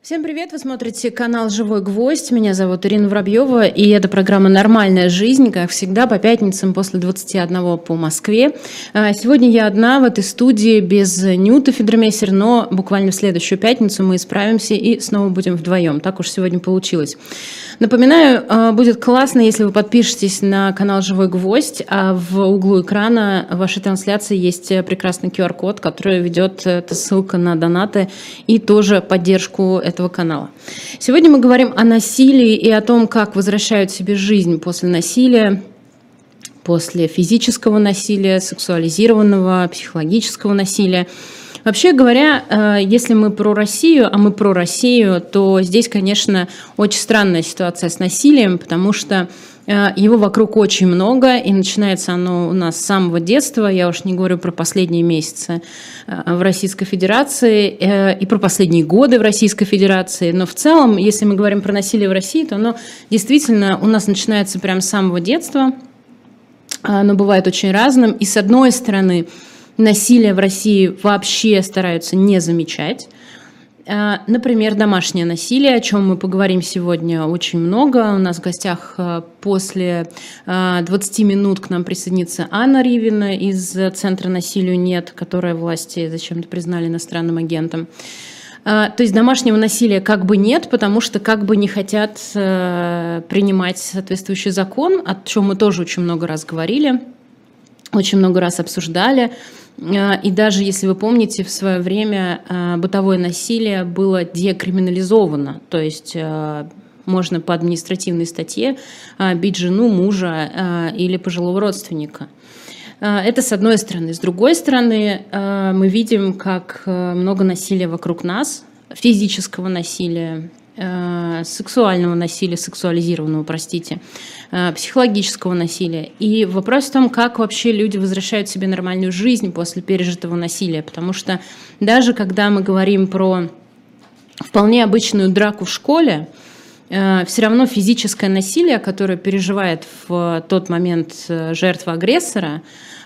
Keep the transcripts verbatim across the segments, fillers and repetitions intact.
Всем привет! Вы смотрите канал «Живой гвоздь». Меня зовут Ирина Воробьева, и это программа «Нормальная жизнь», как всегда, по пятницам после двадцати одного по Москве. Сегодня я одна в этой студии без Нюты Федермессер, но буквально в следующую пятницу мы исправимся и снова будем вдвоем. Так уж сегодня получилось. Напоминаю, будет классно, если вы подпишетесь на канал «Живой гвоздь», а в углу экрана вашей трансляции есть прекрасный ку ар код, который ведет, это ссылка на донаты и тоже поддержку этого канала. Сегодня мы говорим о насилии и о том, как возвращают себе жизнь после насилия, после физического насилия, сексуализированного, психологического насилия. Вообще говоря, если мы про Россию, а мы про Россию, то здесь, конечно, очень странная ситуация с насилием, потому что его вокруг очень много, и начинается оно у нас с самого детства. Я уж не говорю про последние месяцы в Российской Федерации и про последние годы в Российской Федерации. Но в целом, если мы говорим про насилие в России, то оно действительно у нас начинается прямо с самого детства. Оно бывает очень разным. И с одной стороны, насилие в России вообще стараются не замечать. Например, домашнее насилие, о чем мы поговорим сегодня очень много. У нас в гостях после двадцати минут к нам присоединится Анна Ривина из Центра «Насилию нет», которая власти зачем-то признали иностранным агентом. То есть домашнего насилия как бы нет, потому что как бы не хотят принимать соответствующий закон, о чем мы тоже очень много раз говорили, очень много раз обсуждали. И даже, если вы помните, в свое время бытовое насилие было декриминализовано, то есть можно по административной статье бить жену, мужа или пожилого родственника. Это с одной стороны. С другой стороны, мы видим, как много насилия вокруг нас, физического насилия, сексуального насилия, сексуализированного, простите, психологического насилия. И вопрос в том, как вообще люди возвращают себе нормальную жизнь после пережитого насилия. Потому что даже когда мы говорим про вполне обычную драку в школе, все равно физическое насилие, которое переживает в тот момент жертва агрессора,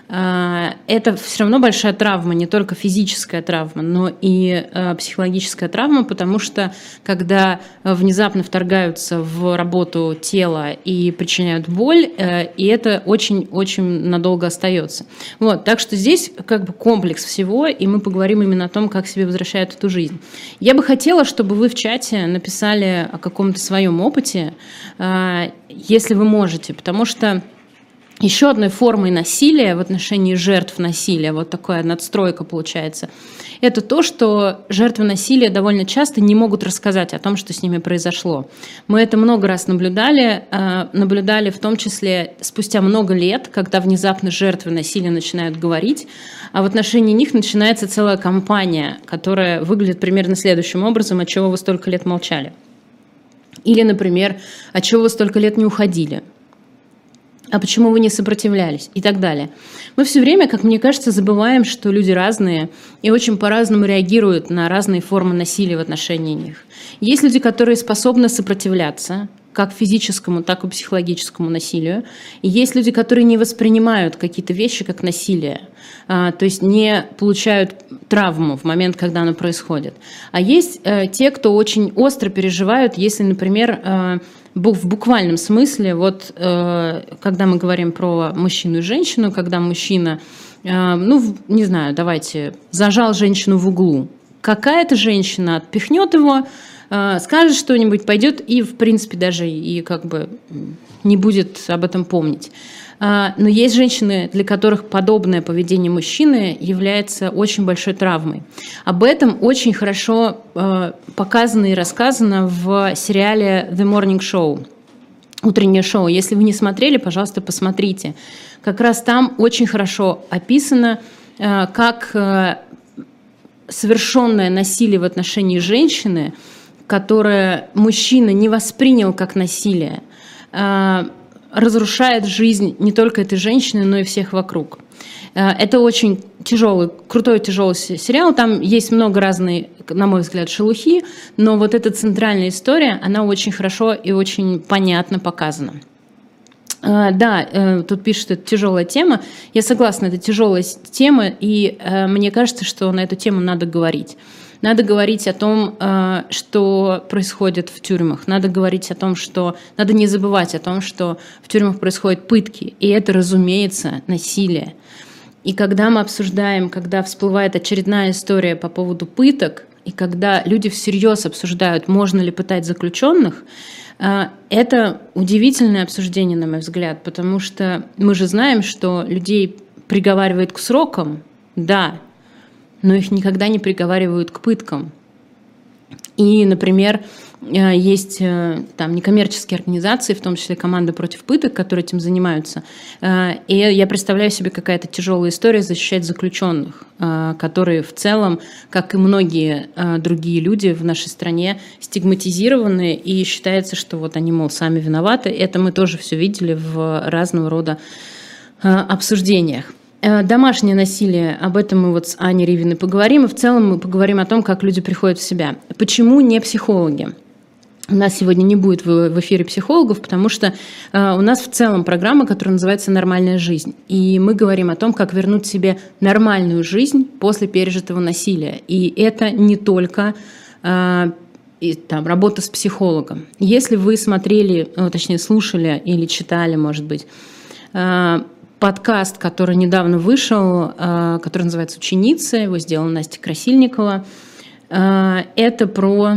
это все равно большая травма, не только физическая травма, но и психологическая травма, потому что когда внезапно вторгаются в работу тела и причиняют боль, и это очень-очень надолго остается. Вот, так что здесь как бы комплекс всего, и мы поговорим именно о том, как себе возвращают эту жизнь. Я бы хотела, чтобы вы в чате написали о каком-то своем опыте, если вы можете, потому что еще одной формой насилия в отношении жертв насилия, вот такая надстройка получается, это то, что жертвы насилия довольно часто не могут рассказать о том, что с ними произошло. Мы это много раз наблюдали, наблюдали в том числе спустя много лет, когда внезапно жертвы насилия начинают говорить, а в отношении них начинается целая кампания, которая выглядит примерно следующим образом: от чего вы столько лет молчали? Или, например, от чего вы столько лет не уходили? А почему вы не сопротивлялись? И так далее. Мы все время, как мне кажется, забываем, что люди разные и очень по-разному реагируют на разные формы насилия в отношении них. Есть люди, которые способны сопротивляться, как физическому, так и психологическому насилию. И есть люди, которые не воспринимают какие-то вещи как насилие, то есть не получают травму в момент, когда оно происходит. А есть те, кто очень остро переживают, если, например, в буквальном смысле, вот когда мы говорим про мужчину и женщину, когда мужчина, ну, не знаю, давайте, зажал женщину в углу, какая-то женщина отпихнет его, скажет что-нибудь, пойдет и, в принципе, даже и как бы не будет об этом помнить. Но есть женщины, для которых подобное поведение мужчины является очень большой травмой. Об этом очень хорошо показано и рассказано в сериале «The Morning Show», утреннее шоу. Если вы не смотрели, пожалуйста, посмотрите. Как раз там очень хорошо описано, как совершенное насилие в отношении женщины, которое мужчина не воспринял как насилие, разрушает жизнь не только этой женщины, но и всех вокруг. Это очень тяжелый, крутой тяжелый сериал. Там есть много разной, на мой взгляд, шелухи, но вот эта центральная история, она очень хорошо и очень понятно показана. Да, тут пишет, это тяжелая тема. Я согласна, это тяжелая тема, и мне кажется, что на эту тему надо говорить. Надо говорить о том, что происходит в тюрьмах. Надо говорить о том, что... Надо не забывать о том, что в тюрьмах происходят пытки. И это, разумеется, насилие. И когда мы обсуждаем, когда всплывает очередная история по поводу пыток, и когда люди всерьез обсуждают, можно ли пытать заключенных, это удивительное обсуждение, на мой взгляд, потому что мы же знаем, что людей приговаривают к срокам, да, но их никогда не приговаривают к пыткам. И, например, есть там некоммерческие организации, в том числе команда против пыток, которые этим занимаются. И я представляю себе, какая-то тяжелая история защищать заключенных, которые в целом, как и многие другие люди в нашей стране, стигматизированы, и считается, что вот они, мол, сами виноваты. Это мы тоже все видели в разного рода обсуждениях. Домашнее насилие, об этом мы вот с Аней Ривиной поговорим, и в целом мы поговорим о том, как люди приходят в себя. Почему не психологи? У нас сегодня не будет в эфире психологов, потому что у нас в целом программа, которая называется «Нормальная жизнь». И мы говорим о том, как вернуть себе нормальную жизнь после пережитого насилия. И это не только и, там, работа с психологом. Если вы смотрели, точнее слушали или читали, может быть, подкаст, который недавно вышел, который называется «Ученицы», его сделала Настя Красильникова. Это про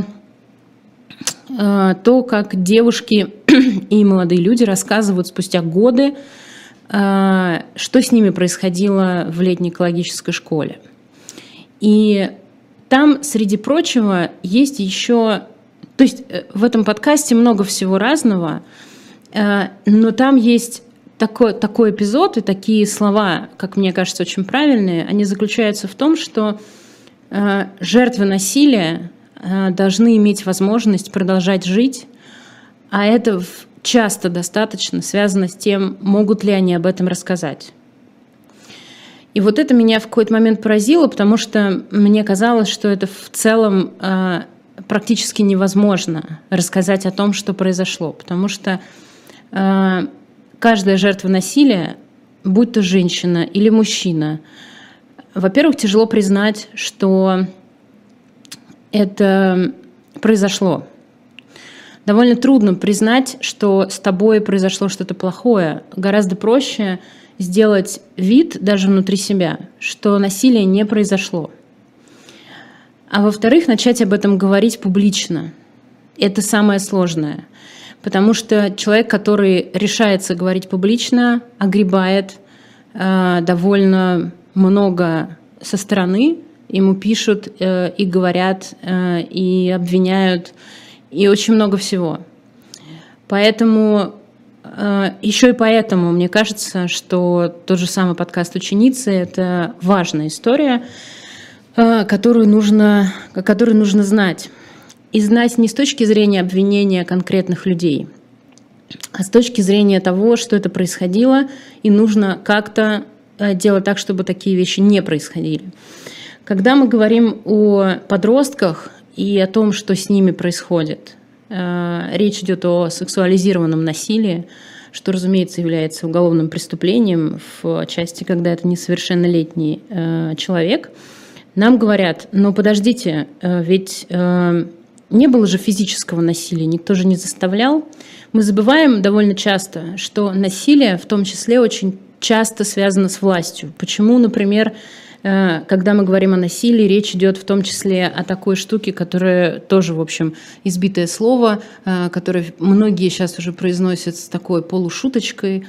то, как девушки и молодые люди рассказывают спустя годы, что с ними происходило в летней экологической школе. И там, среди прочего, есть еще... То есть в этом подкасте много всего разного, но там есть такой, такой эпизод и такие слова, как мне кажется, очень правильные. Они заключаются в том, что жертвы насилия должны иметь возможность продолжать жить, а это часто достаточно связано с тем, могут ли они об этом рассказать. И вот это меня в какой-то момент поразило, потому что мне казалось, что это в целом э, практически невозможно рассказать о том, что произошло, потому что э, каждая жертва насилия, будь то женщина или мужчина, во-первых, тяжело признать, что это произошло. Довольно трудно признать, что с тобой произошло что-то плохое. Гораздо проще сделать вид даже внутри себя, что насилие не произошло. А во-вторых, начать об этом говорить публично. Это самое сложное. Потому что человек, который решается говорить публично, огребает э, довольно много со стороны. Ему пишут э, и говорят, э, и обвиняют, и очень много всего. Поэтому, э, еще и поэтому, мне кажется, что тот же самый подкаст «Ученицы» — это важная история, э, которую нужно, которую нужно знать. И знать не с точки зрения обвинения конкретных людей, а с точки зрения того, что это происходило, и нужно как-то э, делать так, чтобы такие вещи не происходили. Когда мы говорим о подростках и о том, что с ними происходит, речь идет о сексуализированном насилии, что, разумеется, является уголовным преступлением в части, когда это несовершеннолетний человек. Нам говорят, ну подождите, ведь не было же физического насилия, никто же не заставлял. Мы забываем довольно часто, что насилие в том числе очень часто связано с властью. Почему, например, когда мы говорим о насилии, речь идет в том числе о такой штуке, которая тоже, в общем, избитое слово, которое многие сейчас уже произносят с такой полушуточкой,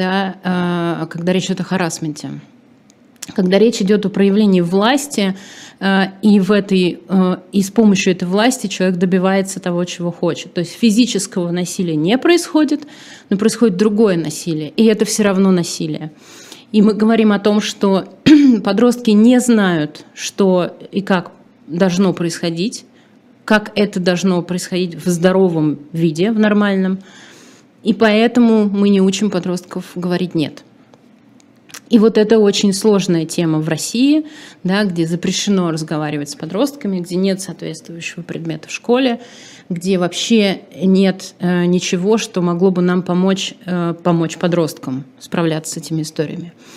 да, когда речь идет о харассменте. Когда речь идет о проявлении власти, и, в этой, и с помощью этой власти человек добивается того, чего хочет. То есть физического насилия не происходит, но происходит другое насилие, и это все равно насилие. И мы говорим о том, что подростки не знают, что и как должно происходить, как это должно происходить в здоровом виде, в нормальном. И поэтому мы не учим подростков говорить «нет». И вот это очень сложная тема в России, да, где запрещено разговаривать с подростками, где нет соответствующего предмета в школе, где вообще нет э, ничего, что могло бы нам помочь, э, помочь подросткам справляться с этими историями.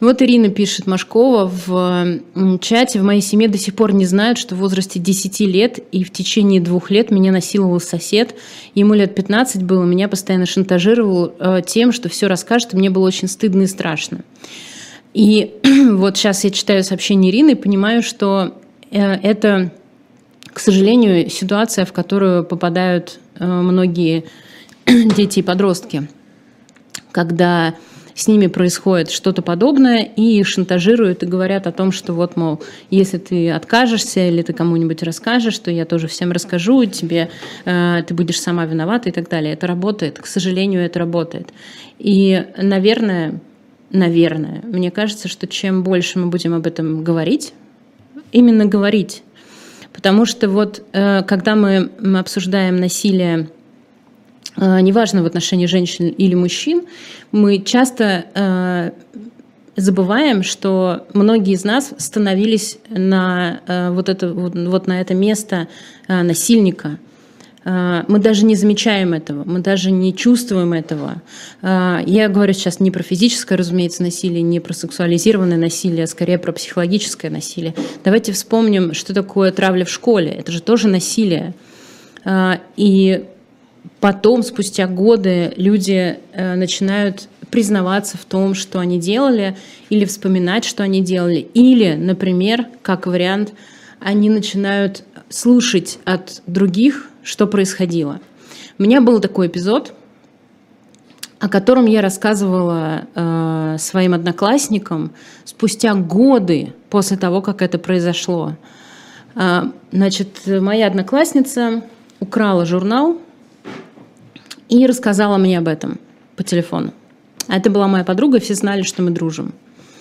Вот Ирина пишет, Машкова в чате: в моей семье до сих пор не знают, что в возрасте десяти лет и в течение двух лет меня насиловал сосед. Ему лет пятнадцать было, меня постоянно шантажировал э, тем, что все расскажет, и мне было очень стыдно и страшно. И вот сейчас я читаю сообщение Ирины и понимаю, что э, это, к сожалению, ситуация, в которую попадают э, многие дети и подростки, когда с ними происходит что-то подобное, и их шантажируют и говорят о том, что вот, мол, если ты откажешься или ты кому-нибудь расскажешь, то я тоже всем расскажу, тебе э, ты будешь сама виновата и так далее. Это работает, к сожалению, это работает. И, наверное, наверное, мне кажется, что чем больше мы будем об этом говорить, именно говорить, потому что вот э, когда мы обсуждаем насилие, неважно в отношении женщин или мужчин, мы часто э, забываем, что многие из нас становились на, э, вот, это, вот, вот на это место э, насильника. Э, мы даже не замечаем этого, мы даже не чувствуем этого. Э, я говорю сейчас не про физическое, разумеется, насилие, не про сексуализированное насилие, а скорее про психологическое насилие. Давайте вспомним, что такое травля в школе. Это же тоже насилие. Э, и Потом, спустя годы, люди э, начинают признаваться в том, что они делали, или вспоминать, что они делали. Или, например, как вариант, они начинают слушать от других, что происходило. У меня был такой эпизод, о котором я рассказывала э, своим одноклассникам спустя годы после того, как это произошло. Э, значит, моя одноклассница украла журнал и рассказала мне об этом по телефону. А это была моя подруга, и все знали, что мы дружим.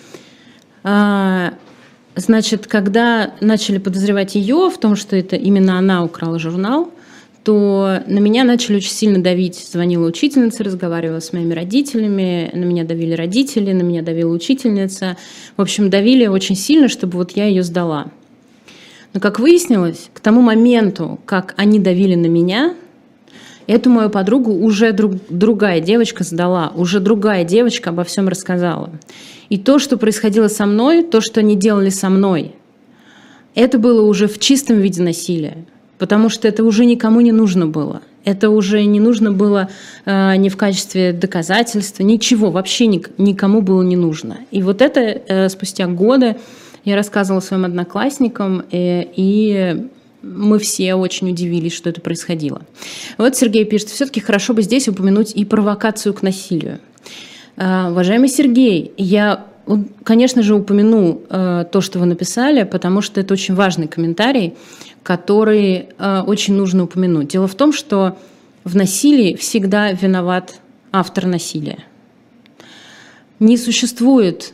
Значит, когда начали подозревать ее в том, что это именно она украла журнал, то на меня начали очень сильно давить. Звонила учительница, разговаривала с моими родителями, на меня давили родители, на меня давила учительница. В общем, давили очень сильно, чтобы вот я ее сдала. Но, как выяснилось, к тому моменту, как они давили на меня, эту мою подругу уже друг, другая девочка сдала, уже другая девочка обо всем рассказала. И то, что происходило со мной, то, что они делали со мной, это было уже в чистом виде насилия, потому что это уже никому не нужно было. Это уже не нужно было э, ни в качестве доказательства, ничего, вообще ник, никому было не нужно. И вот это э, спустя годы я рассказывала своим одноклассникам, э, и мы все очень удивились, что это происходило. Вот Сергей пишет, все-таки хорошо бы здесь упомянуть и провокацию к насилию. Уважаемый Сергей, я, конечно же, упомяну то, что вы написали, потому что это очень важный комментарий, который очень нужно упомянуть. Дело в том, что в насилии всегда виноват автор насилия. Не существует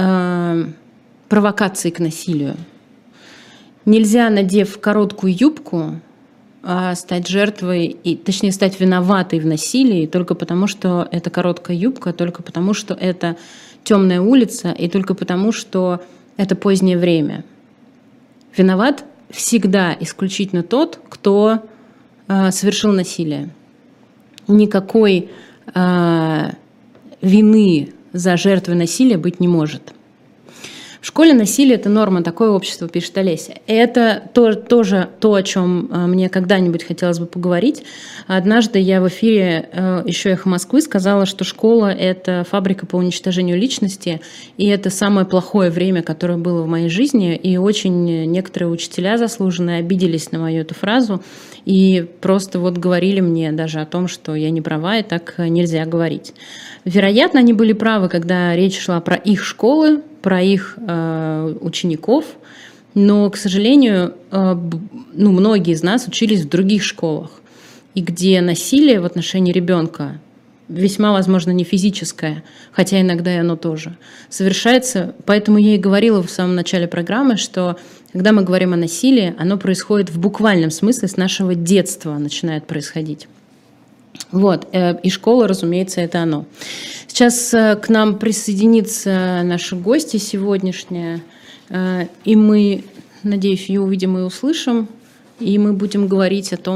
провокации к насилию. Нельзя, надев короткую юбку, стать жертвой, и, точнее, стать виноватой в насилии только потому, что это короткая юбка, только потому, что это темная улица, и только потому, что это позднее время. Виноват всегда исключительно тот, кто э, совершил насилие. Никакой э, вины за жертвой насилия быть не может. В школе насилие – это норма, такое общество, пишет Олеся. Это то, тоже то, о чем мне когда-нибудь хотелось бы поговорить. Однажды я в эфире еще «Эхо Москвы» сказала, что школа – это фабрика по уничтожению личности, и это самое плохое время, которое было в моей жизни. И очень некоторые учителя заслуженные обиделись на мою эту фразу и просто вот говорили мне даже о том, что я не права, и так нельзя говорить. Вероятно, они были правы, когда речь шла про их школы, про их э, учеников, но, к сожалению, э, ну, многие из нас учились в других школах, и где насилие в отношении ребенка, весьма возможно не физическое, хотя иногда и оно тоже, совершается. Поэтому я и говорила в самом начале программы, что когда мы говорим о насилии, оно происходит в буквальном смысле, с нашего детства начинает происходить. Вот, и школа, разумеется, это оно. Сейчас к нам присоединится наша гостья сегодняшняя, и мы, надеюсь, ее увидим и услышим, и мы будем говорить о том,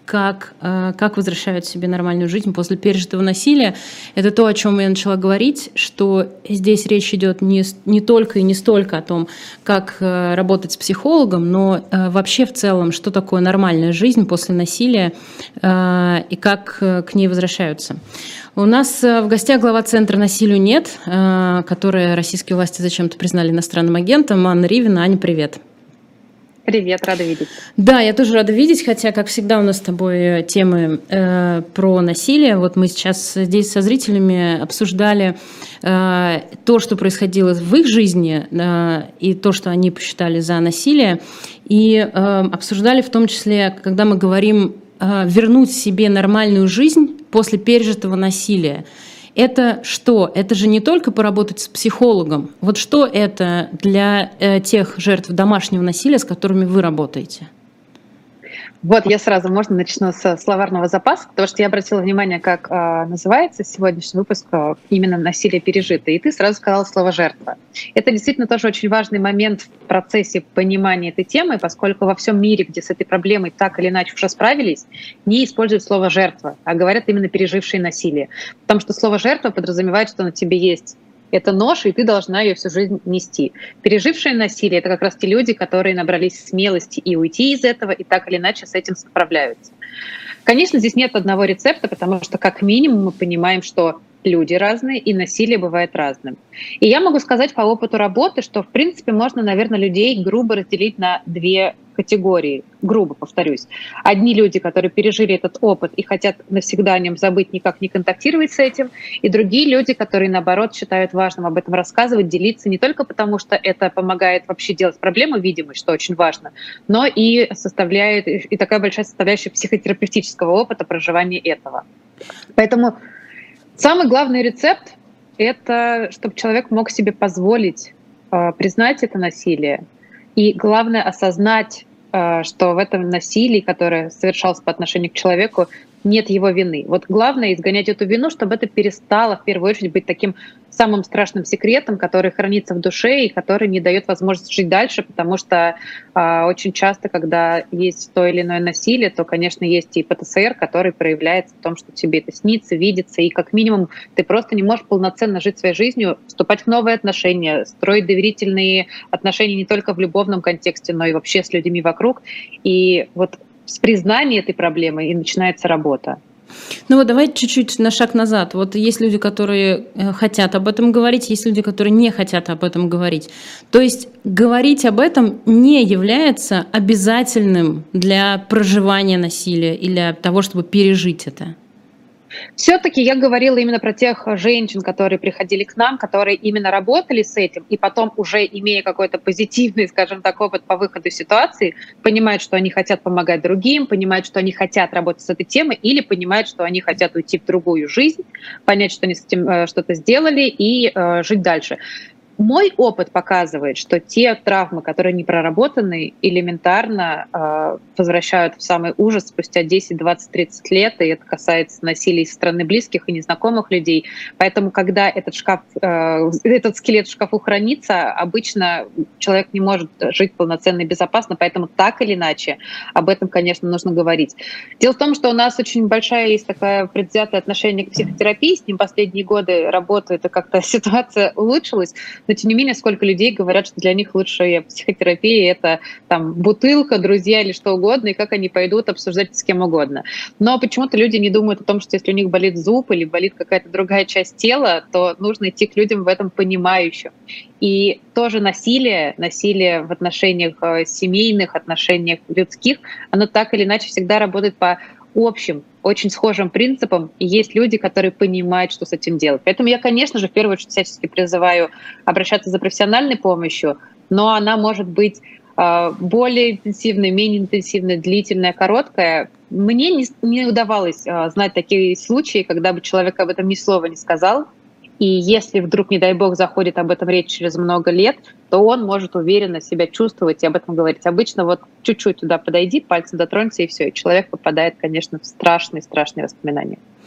как, как возвращают себе нормальную жизнь после пережитого насилия. Это то, о чем я начала говорить, что здесь речь идет не, не только и не столько о том, как работать с психологом, но вообще в целом, что такое нормальная жизнь после насилия и как к ней возвращаются. У нас в гостях глава Центра «Насилию нет», который российские власти зачем-то признали иностранным агентом, Анна Ривина. Аня, привет. Привет, рада видеть. Да, я тоже рада видеть, хотя, как всегда, у нас с тобой темы э, про насилие. Вот мы сейчас здесь со зрителями обсуждали э, то, что происходило в их жизни, э, и то, что они посчитали за насилие, и э, обсуждали в том числе, когда мы говорим э, вернуть себе нормальную жизнь после пережитого насилия. Это что? Это же не только поработать с психологом. Вот что это для э, тех жертв домашнего насилия, с которыми вы работаете? Вот я сразу, можно начну со словарного запаса, потому что я обратила внимание, как э, называется сегодняшний выпуск э, именно «Насилие пережитое», и ты сразу сказала слово «жертва». Это действительно тоже очень важный момент в процессе понимания этой темы, поскольку во всем мире, где с этой проблемой так или иначе уже справились, не используют слово «жертва», а говорят именно «пережившие насилие». Потому что слово «жертва» подразумевает, что на тебе есть это нож, и ты должна ее всю жизнь нести. Пережившие насилие — это как раз те люди, которые набрались смелости и уйти из этого, и так или иначе с этим справляются. Конечно, здесь нет одного рецепта, потому что как минимум мы понимаем, что люди разные, и насилие бывает разным. И я могу сказать по опыту работы, что, в принципе, можно, наверное, людей грубо разделить на две категории. Грубо повторюсь. Одни люди, которые пережили этот опыт и хотят навсегда о нем забыть, никак не контактировать с этим, и другие люди, которые, наоборот, считают важным об этом рассказывать, делиться не только потому, что это помогает вообще делать проблему видимой, что очень важно, но и составляет, и такая большая составляющая психотерапевтического опыта проживания этого. Поэтому самый главный рецепт — это чтобы человек мог себе позволить э, признать это насилие, и главное — осознать, э, что в этом насилии, которое совершалось по отношению к человеку, нет его вины. Вот главное — изгонять эту вину, чтобы это перестало в первую очередь быть таким самым страшным секретом, который хранится в душе и который не дает возможности жить дальше, потому что э, очень часто, когда есть то или иное насилие, то, конечно, есть и ПТСР, который проявляется в том, что тебе это снится, видится, и как минимум ты просто не можешь полноценно жить своей жизнью, вступать в новые отношения, строить доверительные отношения не только в любовном контексте, но и вообще с людьми вокруг. И вот с признания этой проблемы и начинается работа. Ну вот давайте чуть-чуть на шаг назад. Вот есть люди, которые хотят об этом говорить, есть люди, которые не хотят об этом говорить. То есть говорить об этом не является обязательным для проживания насилия или для того, чтобы пережить это. Все-таки я говорила именно про тех женщин, которые приходили к нам, которые именно работали с этим, и потом, уже имея какой-то позитивный, скажем так, опыт по выходу из ситуации, понимают, что они хотят помогать другим, понимают, что они хотят работать с этой темой, или понимают, что они хотят уйти в другую жизнь, понять, что они с этим э, что-то сделали, и э, жить дальше. Мой опыт показывает, что те травмы, которые не проработаны, элементарно э, возвращают в самый ужас спустя десять, двадцать, тридцать лет, и это касается насилия со стороны близких и незнакомых людей. Поэтому, когда этот шкаф, э, этот скелет в шкафу хранится, обычно человек не может жить полноценно и безопасно, поэтому так или иначе об этом, конечно, нужно говорить. Дело в том, что у нас очень большая есть такая предвзятое отношение к психотерапии, с ним последние годы работают, и как-то ситуация улучшилась. Но тем не менее, сколько людей говорят, что для них лучшая психотерапия — это там бутылка, друзья или что угодно, и как они пойдут обсуждать с кем угодно. Но почему-то люди не думают о том, что если у них болит зуб или болит какая-то другая часть тела, то нужно идти к людям в этом понимающим. И тоже насилие, насилие в отношениях семейных, отношениях людских, оно так или иначе всегда работает по общим, очень схожим принципам, и есть люди, которые понимают, что с этим делать. Поэтому я, конечно же, в первую очередь всячески призываю обращаться за профессиональной помощью, но она может быть э, более интенсивной, менее интенсивной, длительная, короткая. Мне не, не удавалось э, знать такие случаи, когда бы человек об этом ни слова не сказал, и если вдруг, не дай бог, заходит об этом речь через много лет, то он может уверенно себя чувствовать и об этом говорить. Обычно вот чуть-чуть туда подойди, пальцем дотронься, и все, и человек попадает, конечно, в страшные-страшные воспоминания.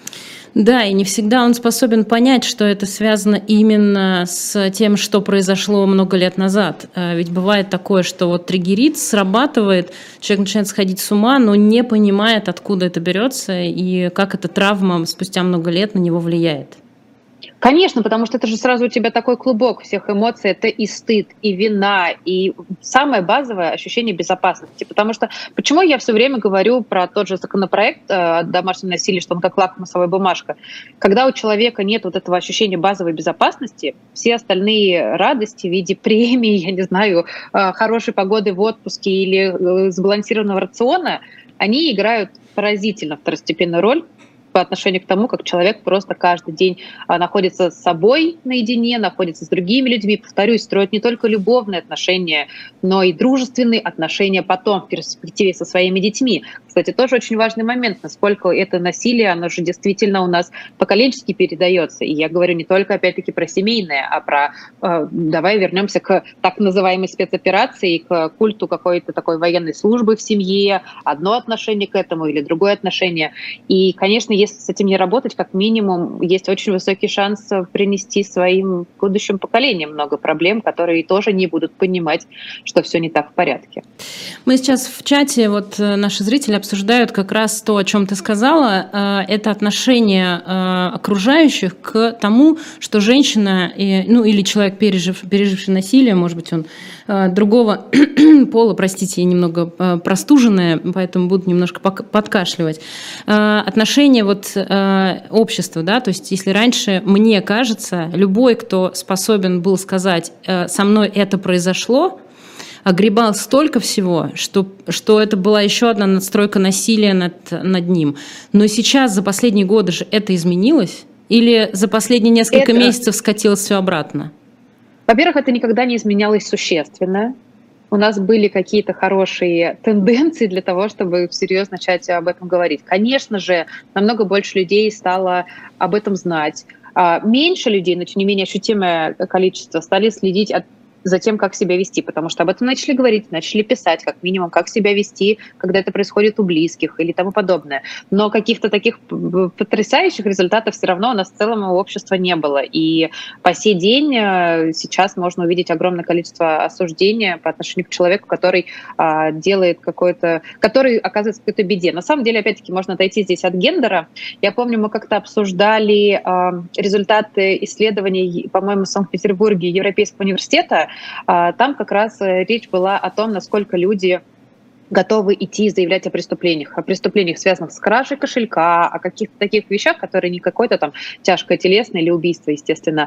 Да, и не всегда он способен понять, что это связано именно с тем, что произошло много лет назад. А ведь бывает такое, что вот триггерит, срабатывает, человек начинает сходить с ума, но не понимает, откуда это берется и как эта травма спустя много лет на него влияет. Конечно, потому что это же сразу у тебя такой клубок всех эмоций. Это и стыд, и вина, и самое базовое ощущение безопасности. Потому что почему я все время говорю про тот же законопроект о домашнем насилии, что он как лакмусовая бумажка. Когда у человека нет вот этого ощущения базовой безопасности, все остальные радости в виде премии, я не знаю, хорошей погоды в отпуске или сбалансированного рациона, они играют поразительно второстепенную роль по отношению к тому, как человек просто каждый день находится с собой наедине, находится с другими людьми, повторюсь, строит не только любовные отношения, но и дружественные отношения потом в перспективе со своими детьми. Кстати, тоже очень важный момент, насколько это насилие, оно же действительно у нас поколенчески передается. И я говорю не только, опять-таки, про семейное, а про, э, давай вернемся к так называемой спецоперации, к культу какой-то такой военной службы в семье, одно отношение к этому или другое отношение. И, конечно, если с этим не работать, как минимум, есть очень высокий шанс принести своим будущим поколениям много проблем, которые тоже не будут понимать, что все не так в порядке. Мы сейчас в чате, вот наши зрители обсуждают как раз то, о чем ты сказала. Это отношение окружающих к тому, что женщина, ну или человек, пережив, переживший насилие, может быть, он другого пола, простите, я немного простуженная, поэтому буду немножко подкашливать. Отношение вот общества, да, то есть если раньше, мне кажется, любой, кто способен был сказать, со мной это произошло, огребал столько всего, что, что это была еще одна надстройка насилия над, над ним. Но сейчас, за последние годы же это изменилось? Или за последние несколько это... месяцев скатилось все обратно? Во-первых, это никогда не изменялось существенно. У нас были какие-то хорошие тенденции для того, чтобы всерьез начать об этом говорить. Конечно же, намного больше людей стало об этом знать. Меньше людей, но тем не менее ощутимое количество, стали следить от за тем, как себя вести, потому что об этом начали говорить, начали писать, как минимум, как себя вести, когда это происходит у близких или тому подобное. Но каких-то таких потрясающих результатов все равно у нас в целом у общества не было. И по сей день сейчас можно увидеть огромное количество осуждения по отношению к человеку, который а, делает какой-то, который оказывается в какой-то беде. На самом деле, опять-таки, можно отойти здесь от гендера. Я помню, мы как-то обсуждали а, результаты исследований, по-моему, в Санкт-Петербурге Европейского университета. Там как раз речь была о том, насколько люди готовы идти и заявлять о преступлениях, о преступлениях, связанных с кражей кошелька, о каких-то таких вещах, которые не какое-то там тяжкое телесное или убийство, естественно.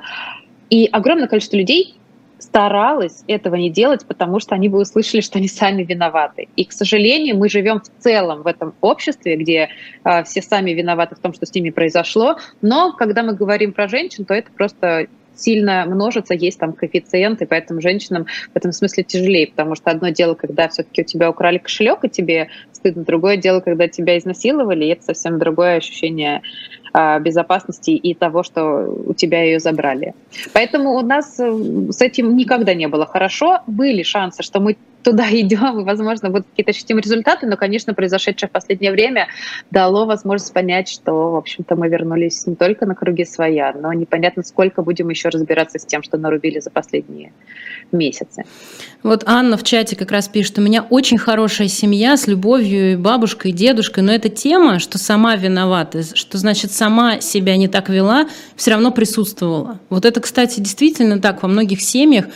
И огромное количество людей старалось этого не делать, потому что они бы услышали, что они сами виноваты. И, к сожалению, мы живем в целом в этом обществе, где э, все сами виноваты в том, что с ними произошло. Но когда мы говорим про женщин, то это просто сильно множится, есть там коэффициенты, поэтому женщинам в этом смысле тяжелее, потому что одно дело, когда все-таки у тебя украли кошелек, и тебе стыдно, другое дело, когда тебя изнасиловали, и это совсем другое ощущение а, безопасности и того, что у тебя ее забрали. Поэтому у нас с этим никогда не было хорошо. Были шансы, что мы туда идем, и, возможно, будут какие-то ощутимые результаты, но, конечно, произошедшее в последнее время дало возможность понять, что, в общем-то, мы вернулись не только на круги своя, но непонятно, сколько будем еще разбираться с тем, что нарубили за последние месяцы. Вот Анна в чате как раз пишет: у меня очень хорошая семья с любовью и бабушкой, и дедушкой, но эта тема, что сама виновата, что, значит, сама себя не так вела, все равно присутствовала. Вот это, кстати, действительно так во многих семьях,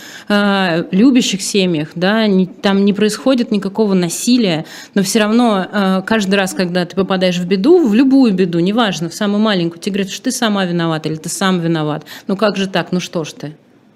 любящих семьях, да, там не происходит никакого насилия, но все равно каждый раз, когда ты попадаешь в беду, в любую беду, неважно, в самую маленькую, тебе говорят, что ты сама виновата или ты сам виноват. Ну как же так, ну что ж ты?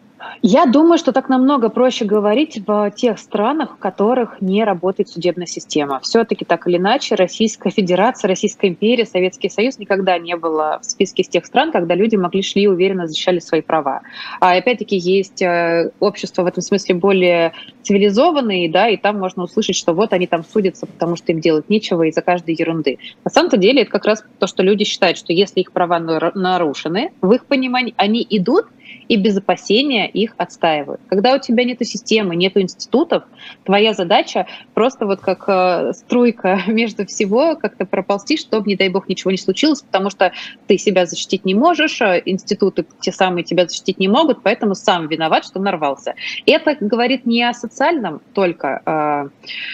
Я думаю, что так намного проще говорить в тех странах, в которых не работает судебная система. Все-таки так или иначе Российская Федерация, Российская империя, Советский Союз никогда не было в списке тех стран, когда люди могли шли и уверенно защищали свои права. А опять-таки есть общества в этом смысле более цивилизованные, да, и там можно услышать, что вот они там судятся, потому что им делать нечего из-за каждой ерунды. На самом-то деле это как раз то, что люди считают, что если их права нарушены, в их понимании они идут и без опасения их отстаивают. Когда у тебя нет системы, нет институтов, твоя задача просто вот как э, струйка между всего как-то проползти, чтобы, не дай бог, ничего не случилось, потому что ты себя защитить не можешь, институты те самые тебя защитить не могут, поэтому сам виноват, что нарвался. Это говорит не о социальном только э,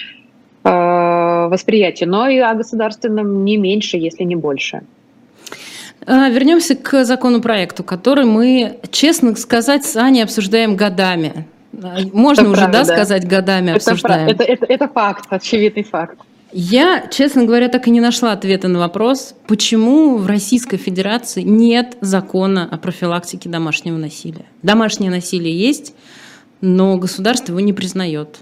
э, восприятии, но и о государственном не меньше, если не больше. Вернемся к законопроекту, который мы, честно сказать, с Аней обсуждаем годами. Можно это уже правда, да, сказать, годами это обсуждаем. Это, это, это факт, очевидный факт. Я, честно говоря, так и не нашла ответа на вопрос, почему в Российской Федерации нет закона о профилактике домашнего насилия. Домашнее насилие есть, но государство его не признает.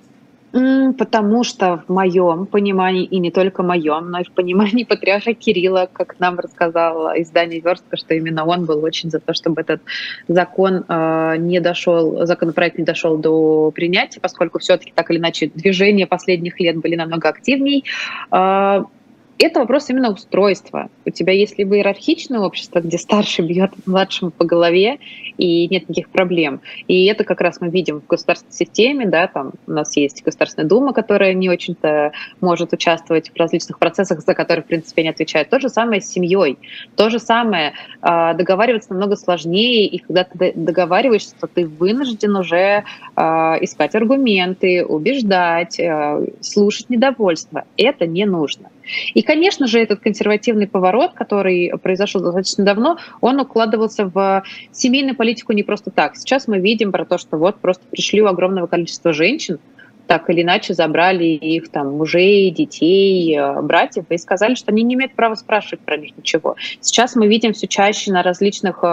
Потому что в моем понимании, и не только моем, но и в понимании патриарха Кирилла, как нам рассказало издание «Верстка», что именно он был очень за то, чтобы этот закон э, не дошел, законопроект не дошел до принятия, поскольку все-таки так или иначе движения последних лет были намного активней. Э, Это вопрос именно устройства. У тебя есть либо иерархичное общество, где старший бьет младшему по голове, и нет никаких проблем. И это как раз мы видим в государственной системе, да, там у нас есть Государственная Дума, которая не очень-то может участвовать в различных процессах, за которые, в принципе, не отвечает. То же самое с семьей. То же самое. Договариваться намного сложнее, и когда ты договариваешься, то ты вынужден уже искать аргументы, убеждать, слушать недовольство. Это не нужно. И, конечно же, этот консервативный поворот, который произошел достаточно давно, он укладывался в семейную политику не просто так. Сейчас мы видим про то, что вот просто пришли у огромного количества женщин, так или иначе забрали их там мужей, детей, братьев и сказали, что они не имеют права спрашивать про них ничего. Сейчас мы видим все чаще на различных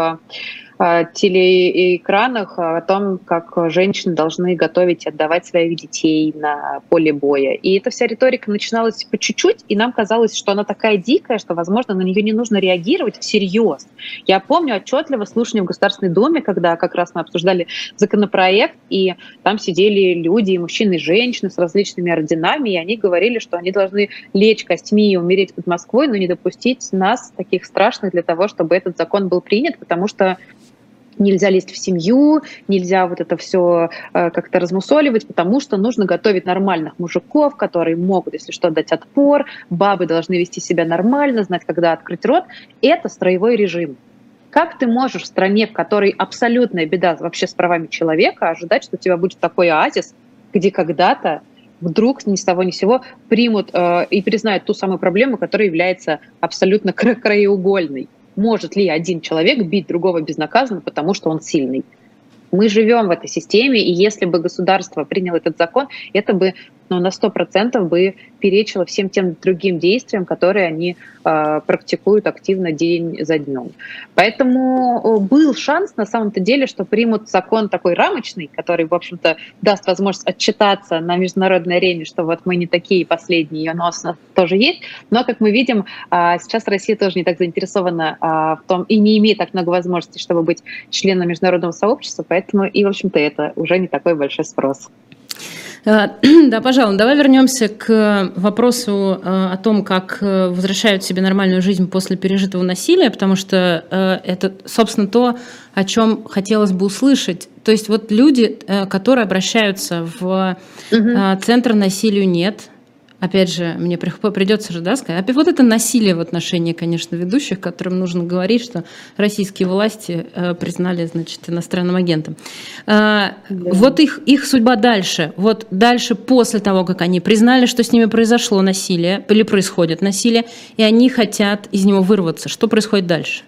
телеэкранах о том, как женщины должны готовить и отдавать своих детей на поле боя. И эта вся риторика начиналась по чуть-чуть, и нам казалось, что она такая дикая, что, возможно, на нее не нужно реагировать всерьез. Я помню отчетливо слушание в Государственной Думе, когда как раз мы обсуждали законопроект, и там сидели люди, и мужчины, и женщины с различными орденами, и они говорили, что они должны лечь костьми и умереть под Москвой, но не допустить нас, таких страшных, для того, чтобы этот закон был принят, потому что нельзя лезть в семью, нельзя вот это все э, как-то размусоливать, потому что нужно готовить нормальных мужиков, которые могут, если что, дать отпор, бабы должны вести себя нормально, знать, когда открыть рот. Это строевой режим. Как ты можешь в стране, в которой абсолютная беда вообще с правами человека, ожидать, что у тебя будет такой оазис, где когда-то вдруг ни с того ни с сего примут э, и признают ту самую проблему, которая является абсолютно кра- краеугольной? Может ли один человек бить другого безнаказанно, потому что он сильный? Мы живем в этой системе, и если бы государство приняло этот закон, это бы ну, на сто процентов бы перечило всем тем другим действиям, которые они э, практикуют активно день за днем. Поэтому был шанс на самом-то деле, что примут закон такой рамочный, который, в общем-то, даст возможность отчитаться на международной арене, что вот мы не такие последние, и у нас тоже есть. Но, как мы видим, э, сейчас Россия тоже не так заинтересована э, в том и не имеет так много возможностей, чтобы быть членом международного сообщества, поэтому и, в общем-то, это уже не такой большой спрос. Да, пожалуй, давай вернемся к вопросу о том, как возвращают себе нормальную жизнь после пережитого насилия, потому что это, собственно, то, о чем хотелось бы услышать. То есть вот люди, которые обращаются в угу. центр насилию нет. Опять же, мне придется же да, сказать, опять вот это насилие в отношении, конечно, ведущих, которым нужно говорить, что российские власти э, признали, значит, иностранным агентом. Э, да. Вот их, их судьба дальше. Вот дальше, после того, как они признали, что с ними произошло насилие, или происходит насилие, и они хотят из него вырваться. Что происходит дальше?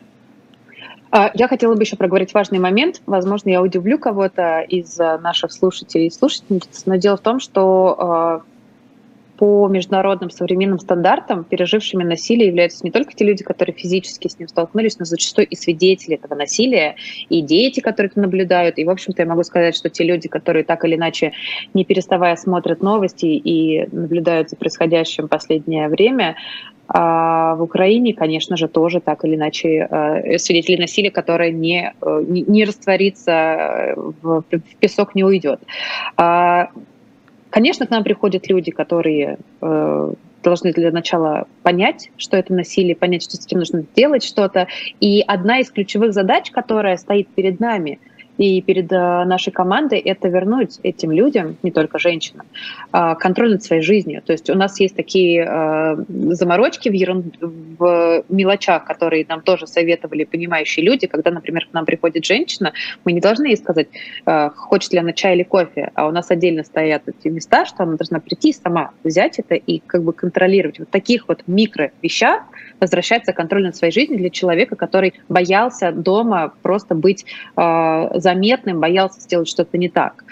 Я хотела бы еще проговорить важный момент. Возможно, я удивлю кого-то из наших слушателей и слушательниц, но дело в том, что по международным современным стандартам пережившими насилие являются не только те люди, которые физически с ним столкнулись, но зачастую и свидетели этого насилия, и дети, которые это наблюдают. И, в общем-то, я могу сказать, что те люди, которые так или иначе, не переставая, смотрят новости и наблюдают за происходящим в последнее время, а в Украине, конечно же, тоже так или иначе свидетели насилия, которое не, не, не растворится, в, в песок не уйдет. Конечно, к нам приходят люди, которые э, должны для начала понять, что это насилие, понять, что с этим нужно делать что-то. И одна из ключевых задач, которая стоит перед нами и перед нашей командой, это вернуть этим людям, не только женщинам, контроль над своей жизнью. То есть у нас есть такие заморочки в, ерун... в мелочах, которые нам тоже советовали понимающие люди. Когда, например, к нам приходит женщина, мы не должны ей сказать, хочет ли она чай или кофе, а у нас отдельно стоят эти места, что она должна прийти сама, взять это и как бы контролировать. Вот таких вот микро вещах возвращается контроль над своей жизнью для человека, который боялся дома просто быть заметным, боялся сделать что-то не так.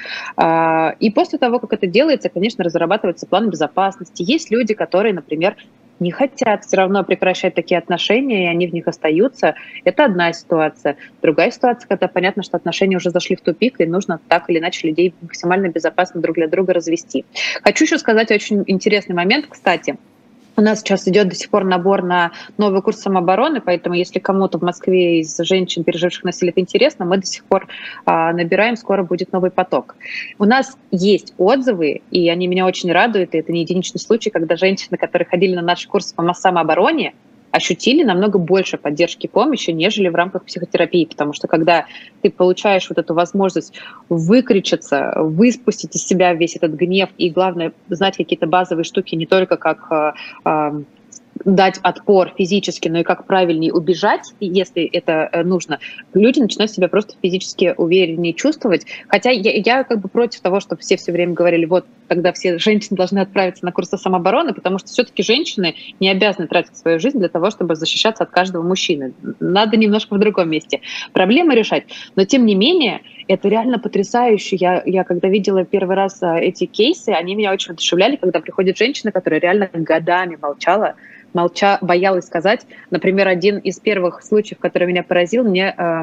И после того, как это делается, конечно, разрабатывается план безопасности. Есть люди, которые, например, не хотят все равно прекращать такие отношения, и они в них остаются. Это одна ситуация. Другая ситуация, когда понятно, что отношения уже зашли в тупик, и нужно так или иначе людей максимально безопасно друг для друга развести. Хочу еще сказать очень интересный момент, кстати. У нас сейчас идет до сих пор набор на новый курс самообороны, поэтому если кому-то в Москве из женщин, переживших насилие, это интересно, мы до сих пор а, набираем, скоро будет новый поток. У нас есть отзывы, и они меня очень радуют, и это не единичный случай, когда женщины, которые ходили на наш курс по самообороне, ощутили намного больше поддержки и помощи, нежели в рамках психотерапии, потому что когда ты получаешь вот эту возможность выкричаться, выспустить из себя весь этот гнев и, главное, знать какие-то базовые штуки не только как э, э, дать отпор физически, но и как правильнее убежать, если это нужно, люди начинают себя просто физически увереннее чувствовать. Хотя я, я как бы против того, чтобы все все время говорили, вот тогда все женщины должны отправиться на курсы самообороны, потому что все-таки женщины не обязаны тратить свою жизнь для того, чтобы защищаться от каждого мужчины. Надо немножко в другом месте проблемы решать. Но тем не менее, это реально потрясающе. Я, я когда видела первый раз эти кейсы, они меня очень воодушевляли, когда приходит женщина, которая реально годами молчала, молча, боялась сказать. Например, один из первых случаев, который меня поразил, мне э,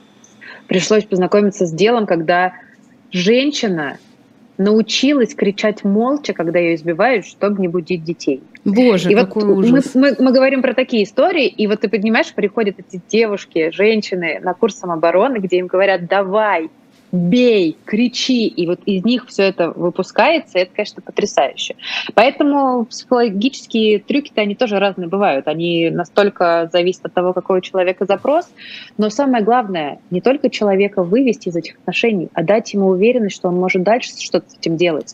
пришлось познакомиться с делом, когда женщина научилась кричать молча, когда ее избивают, чтобы не будить детей. Боже, и какой вот ужас. Мы, мы, мы говорим про такие истории, и вот ты понимаешь, приходят эти девушки, женщины на курс самообороны, где им говорят «давай, бей, кричи», и вот из них все это выпускается, это, конечно, потрясающе. Поэтому психологические трюки-то, они тоже разные бывают, они настолько зависят от того, какой у человека запрос, но самое главное, не только человека вывести из этих отношений, а дать ему уверенность, что он может дальше что-то с этим делать.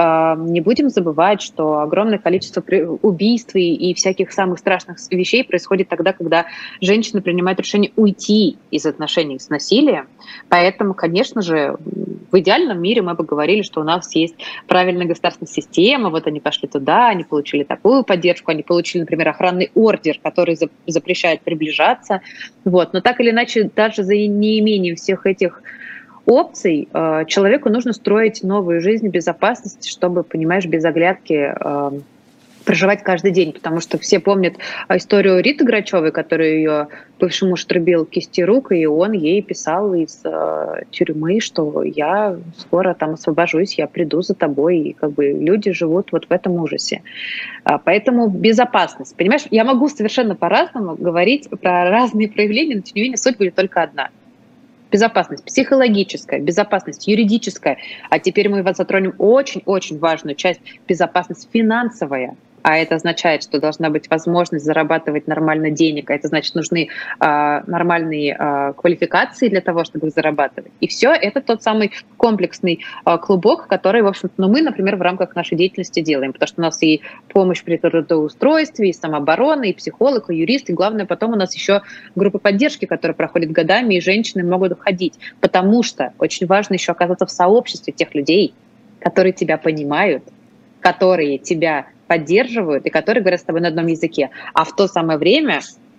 Не будем забывать, что огромное количество убийств и всяких самых страшных вещей происходит тогда, когда женщина принимает решение уйти из отношений с насилием, поэтому, конечно же, в идеальном мире мы бы говорили, что у нас есть правильная государственная система, вот они пошли туда, они получили такую поддержку, они получили, например, охранный ордер, который запрещает приближаться. Вот. Но так или иначе, даже за неимением всех этих опций человеку нужно строить новую жизнь, безопасность, чтобы, понимаешь, без оглядки проживать каждый день, потому что все помнят историю Риты Грачевой, которую ее бывший муж отрубил кисти рук, и он ей писал из э, тюрьмы, что я скоро там освобожусь, я приду за тобой, и как бы люди живут вот в этом ужасе. А, поэтому безопасность, понимаешь, я могу совершенно по-разному говорить про разные проявления, но тем не менее суть будет только одна. Безопасность психологическая, безопасность юридическая, а теперь мы затронем очень-очень важную часть – безопасность финансовая. А это означает, что должна быть возможность зарабатывать нормально денег, а это значит, нужны э, нормальные э, квалификации для того, чтобы их зарабатывать. И все это тот самый комплексный э, клубок, который, в общем-то, ну, мы, например, в рамках нашей деятельности делаем, потому что у нас и помощь при трудоустройстве, и самооборона, и психолог, и юрист, и главное, потом у нас еще группа поддержки, которая проходит годами, и женщины могут уходить, потому что очень важно еще оказаться в сообществе тех людей, которые тебя понимают, которые тебя поддерживают и которые говорят с тобой на одном языке. А в то самое время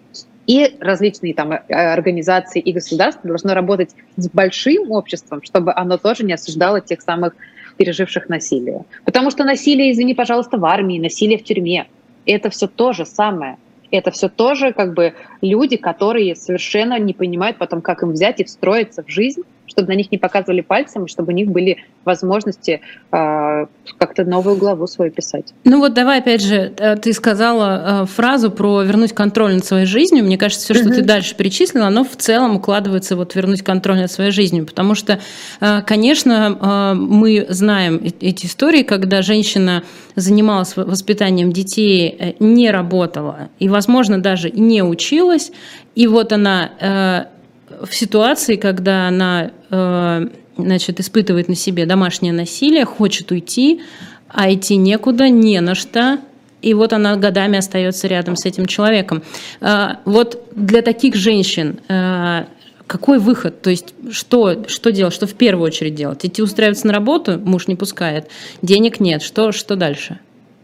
и различные там организации и государства должны работать с большим обществом, чтобы оно тоже не осуждало тех самых переживших насилие. Потому что насилие, извини, пожалуйста, в армии, насилие в тюрьме — это все то же самое. Это все тоже как бы люди, которые совершенно не понимают потом, как им взять и встроиться в жизнь, чтобы на них не показывали пальцем, чтобы у них были возможности э, как-то новую главу свою писать. Ну вот давай опять же, ты сказала э, фразу про вернуть контроль над своей жизнью. Мне кажется, все, что uh-huh. ты дальше перечислила, оно в целом укладывается вот вернуть контроль над своей жизнью, потому что, э, конечно, э, мы знаем эти истории, когда женщина занималась воспитанием детей, не работала и, возможно, даже не училась, и вот она э, в ситуации, когда она э, значит, испытывает на себе домашнее насилие, хочет уйти, а идти некуда, не на что, и вот она годами остается рядом с этим человеком. Э, вот для таких женщин э, какой выход? То есть что, что делать, что в первую очередь делать? Идти устраиваться на работу, муж не пускает, денег нет, что, что дальше?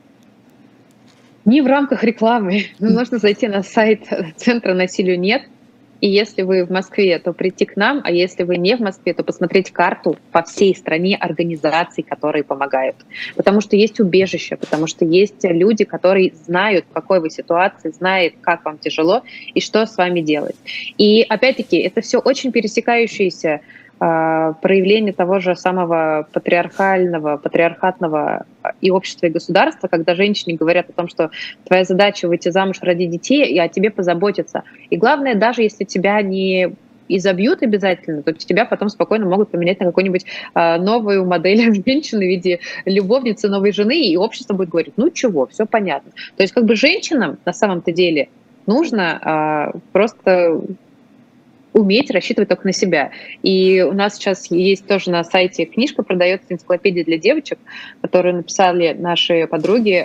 Не в рамках рекламы. Нужно зайти на сайт Центра насилию нет. И если вы в Москве, то прийти к нам, а если вы не в Москве, то посмотреть карту по всей стране организаций, которые помогают. Потому что есть убежище, потому что есть люди, которые знают, в какой вы ситуации, знают, как вам тяжело и что с вами делать. И опять-таки, это все очень пересекающиеся проявление того же самого патриархального, патриархатного и общества, и государства, когда женщине говорят о том, что твоя задача выйти замуж, родить детей, и о тебе позаботиться. И главное, даже если тебя не изобьют обязательно, то тебя потом спокойно могут поменять на какую-нибудь а, новую модель женщины в виде любовницы, новой жены, и общество будет говорить, ну чего, все понятно. То есть как бы женщинам на самом-то деле нужно а, просто уметь рассчитывать только на себя. И у нас сейчас есть тоже на сайте книжка, продается энциклопедия для девочек, которую написали наши подруги,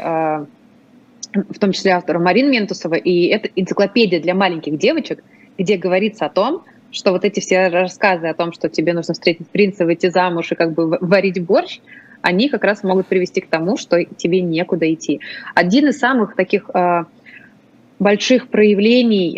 в том числе автора Марина Ментусова. И это энциклопедия для маленьких девочек, где говорится о том, что вот эти все рассказы о том, что тебе нужно встретить принца, выйти замуж и как бы варить борщ, они как раз могут привести к тому, что тебе некуда идти. Один из самых таких больших проявлений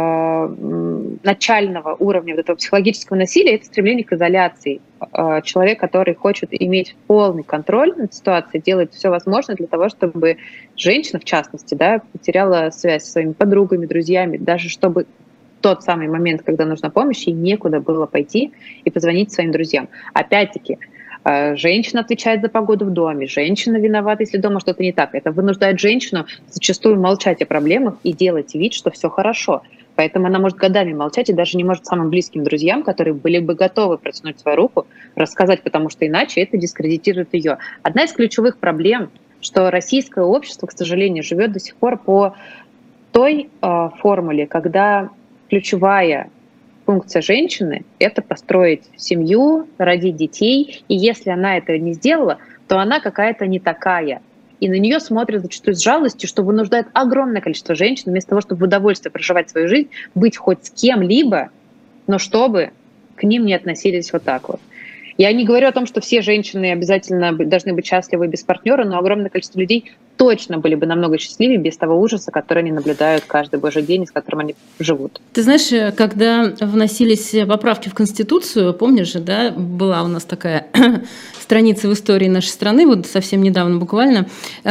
э, начального уровня вот этого психологического насилия — это стремление к изоляции. Э, человек, который хочет иметь полный контроль над ситуацией, делает все возможное для того, чтобы женщина, в частности, да, потеряла связь со своими подругами, друзьями, даже чтобы тот самый момент, когда нужна помощь, ей некуда было пойти и позвонить своим друзьям. Опять-таки, женщина отвечает за погоду в доме, женщина виновата, если дома что-то не так. Это вынуждает женщину зачастую молчать о проблемах и делать вид, что все хорошо. Поэтому она может годами молчать и даже не может самым близким друзьям, которые были бы готовы протянуть свою руку, рассказать, потому что иначе это дискредитирует ее. Одна из ключевых проблем, что российское общество, к сожалению, живет до сих пор по той э, формуле, когда ключевая функция женщины — это построить семью, родить детей. И если она этого не сделала, то она какая-то не такая. И на нее смотрят зачастую с жалостью, что вынуждает огромное количество женщин, вместо того, чтобы в удовольствие проживать свою жизнь, быть хоть с кем-либо, но чтобы к ним не относились вот так вот. Я не говорю о том, что все женщины обязательно должны быть счастливы без партнера, но огромное количество людей точно были бы намного счастливее без того ужаса, который они наблюдают каждый божий день, с которым они живут. Ты знаешь, когда вносились поправки в Конституцию, помнишь же, да, была у нас такая страница в истории нашей страны, вот совсем недавно буквально,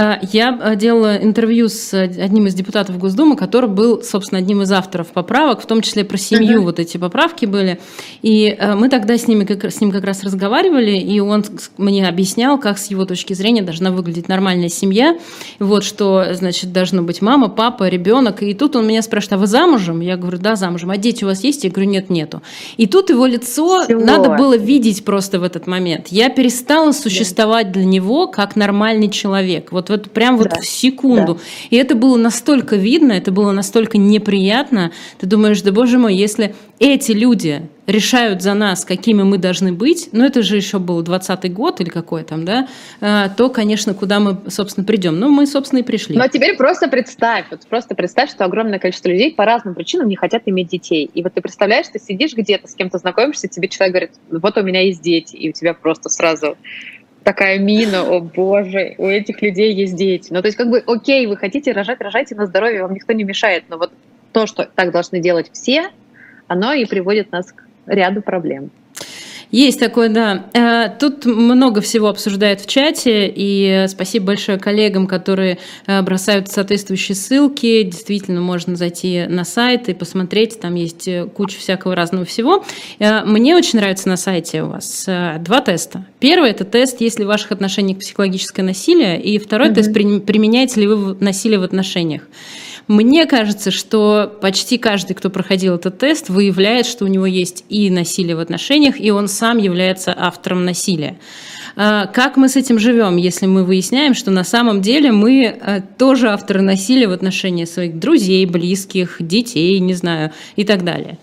я делала интервью с одним из депутатов Госдумы, который был, собственно, одним из авторов поправок, в том числе про семью uh-huh. вот эти поправки были. И мы тогда с, ними, с ним как раз разговаривали, и он мне объяснял, как с его точки зрения должна выглядеть нормальная семья. Вот что, значит, должно быть мама, папа, ребенок. И тут он меня спрашивает, а вы замужем? Я говорю, да, замужем. А дети у вас есть? Я говорю, нет, нету. И тут его лицо Чего? Надо было видеть просто в этот момент. Я перестала существовать да. для него как нормальный человек. Вот, вот прям вот да. в секунду. Да. И это было настолько видно, это было настолько неприятно. Ты думаешь, да боже мой, если эти люди решают за нас, какими мы должны быть, ну это же еще был двадцатый год или какой там, да, то, конечно, куда мы, собственно, придем. Ну, мы, собственно, и пришли. Но теперь просто представь, вот просто представь, что огромное количество людей по разным причинам не хотят иметь детей. И вот ты представляешь, ты сидишь где-то, с кем-то знакомишься, тебе человек говорит, вот у меня есть дети, и у тебя просто сразу такая мина, о боже, у этих людей есть дети. Ну, то есть как бы, окей, вы хотите рожать, рожайте на здоровье, вам никто не мешает, но вот то, что так должны делать все, оно и приводит нас к ряду проблем. Есть такое, да. Э, Тут много всего обсуждают в чате, и спасибо большое коллегам, которые э, бросают соответствующие ссылки. Действительно, можно зайти на сайт и посмотреть, там есть э, куча всякого разного всего. Э, Мне очень нравится на сайте у вас э, два теста. Первый – это тест, есть ли в ваших отношениях психологическое насилие, и второй Мгм. тест, при- применяете ли вы насилие в отношениях. Мне кажется, что почти каждый, кто проходил этот тест, выявляет, что у него есть и насилие в отношениях, и он сам является автором насилия. А Как мы с этим живем, если мы выясняем, что на самом деле мы э, тоже авторы насилия в отношении своих друзей, близких, детей, не знаю, и так далее?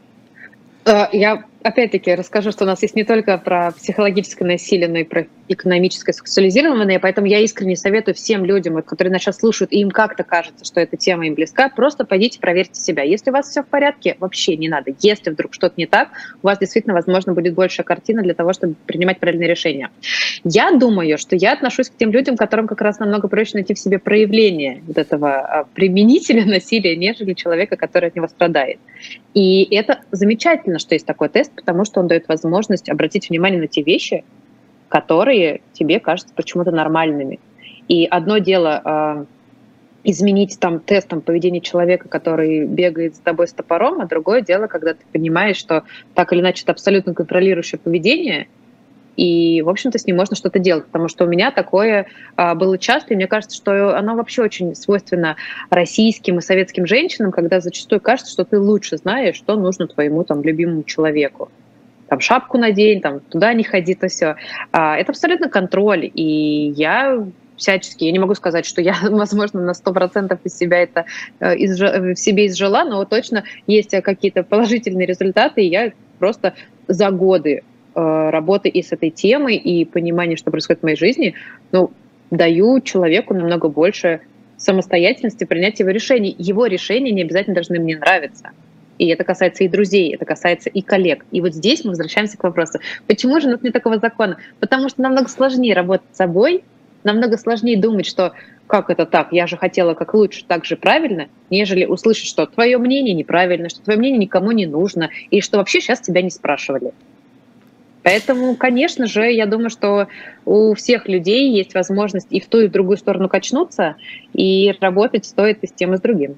Э, Я опять-таки расскажу, что у нас есть не только про психологическое насилие, но и про экономическое сексуализированное, поэтому я искренне советую всем людям, вот, которые нас сейчас слушают, и им как-то кажется, что эта тема им близка, просто пойдите проверьте себя. Если у вас все в порядке, вообще не надо. Если вдруг что-то не так, у вас действительно, возможно, будет большая картина для того, чтобы принимать правильные решения. Я думаю, что я отношусь к тем людям, которым как раз намного проще найти в себе проявление вот этого а, применителя насилия, нежели человека, который от него страдает. И это замечательно, что есть такой тест, потому что он дает возможность обратить внимание на те вещи, которые тебе кажутся почему-то нормальными. И одно дело э, изменить там тестом поведение человека, который бегает за тобой с топором, а другое дело, когда ты понимаешь, что так или иначе это абсолютно контролирующее поведение, и, в общем-то, с ним можно что-то делать, потому что у меня такое а, было часто, и мне кажется, что оно вообще очень свойственно российским и советским женщинам, когда зачастую кажется, что ты лучше знаешь, что нужно твоему там любимому человеку. Там шапку надень, там туда не ходи, то все. А, это абсолютно контроль, и я всячески, я не могу сказать, что я, возможно, на сто процентов из себя это э, изж- в себе изжила, но точно есть э, какие-то положительные результаты, и я просто за годы э, работы и с этой темой, и понимания, что происходит в моей жизни, ну, даю человеку намного больше самостоятельности принять его решений. Его решения не обязательно должны мне нравиться. И это касается и друзей, это касается и коллег. И вот здесь мы возвращаемся к вопросу, почему же у нас нет такого закона? Потому что намного сложнее работать с собой, намного сложнее думать, что как это так, я же хотела как лучше, так же правильно, нежели услышать, что твое мнение неправильно, что твое мнение никому не нужно, и что вообще сейчас тебя не спрашивали. Поэтому, конечно же, я думаю, что у всех людей есть возможность и в ту, и в другую сторону качнуться, и работать стоит и с тем, и с другим.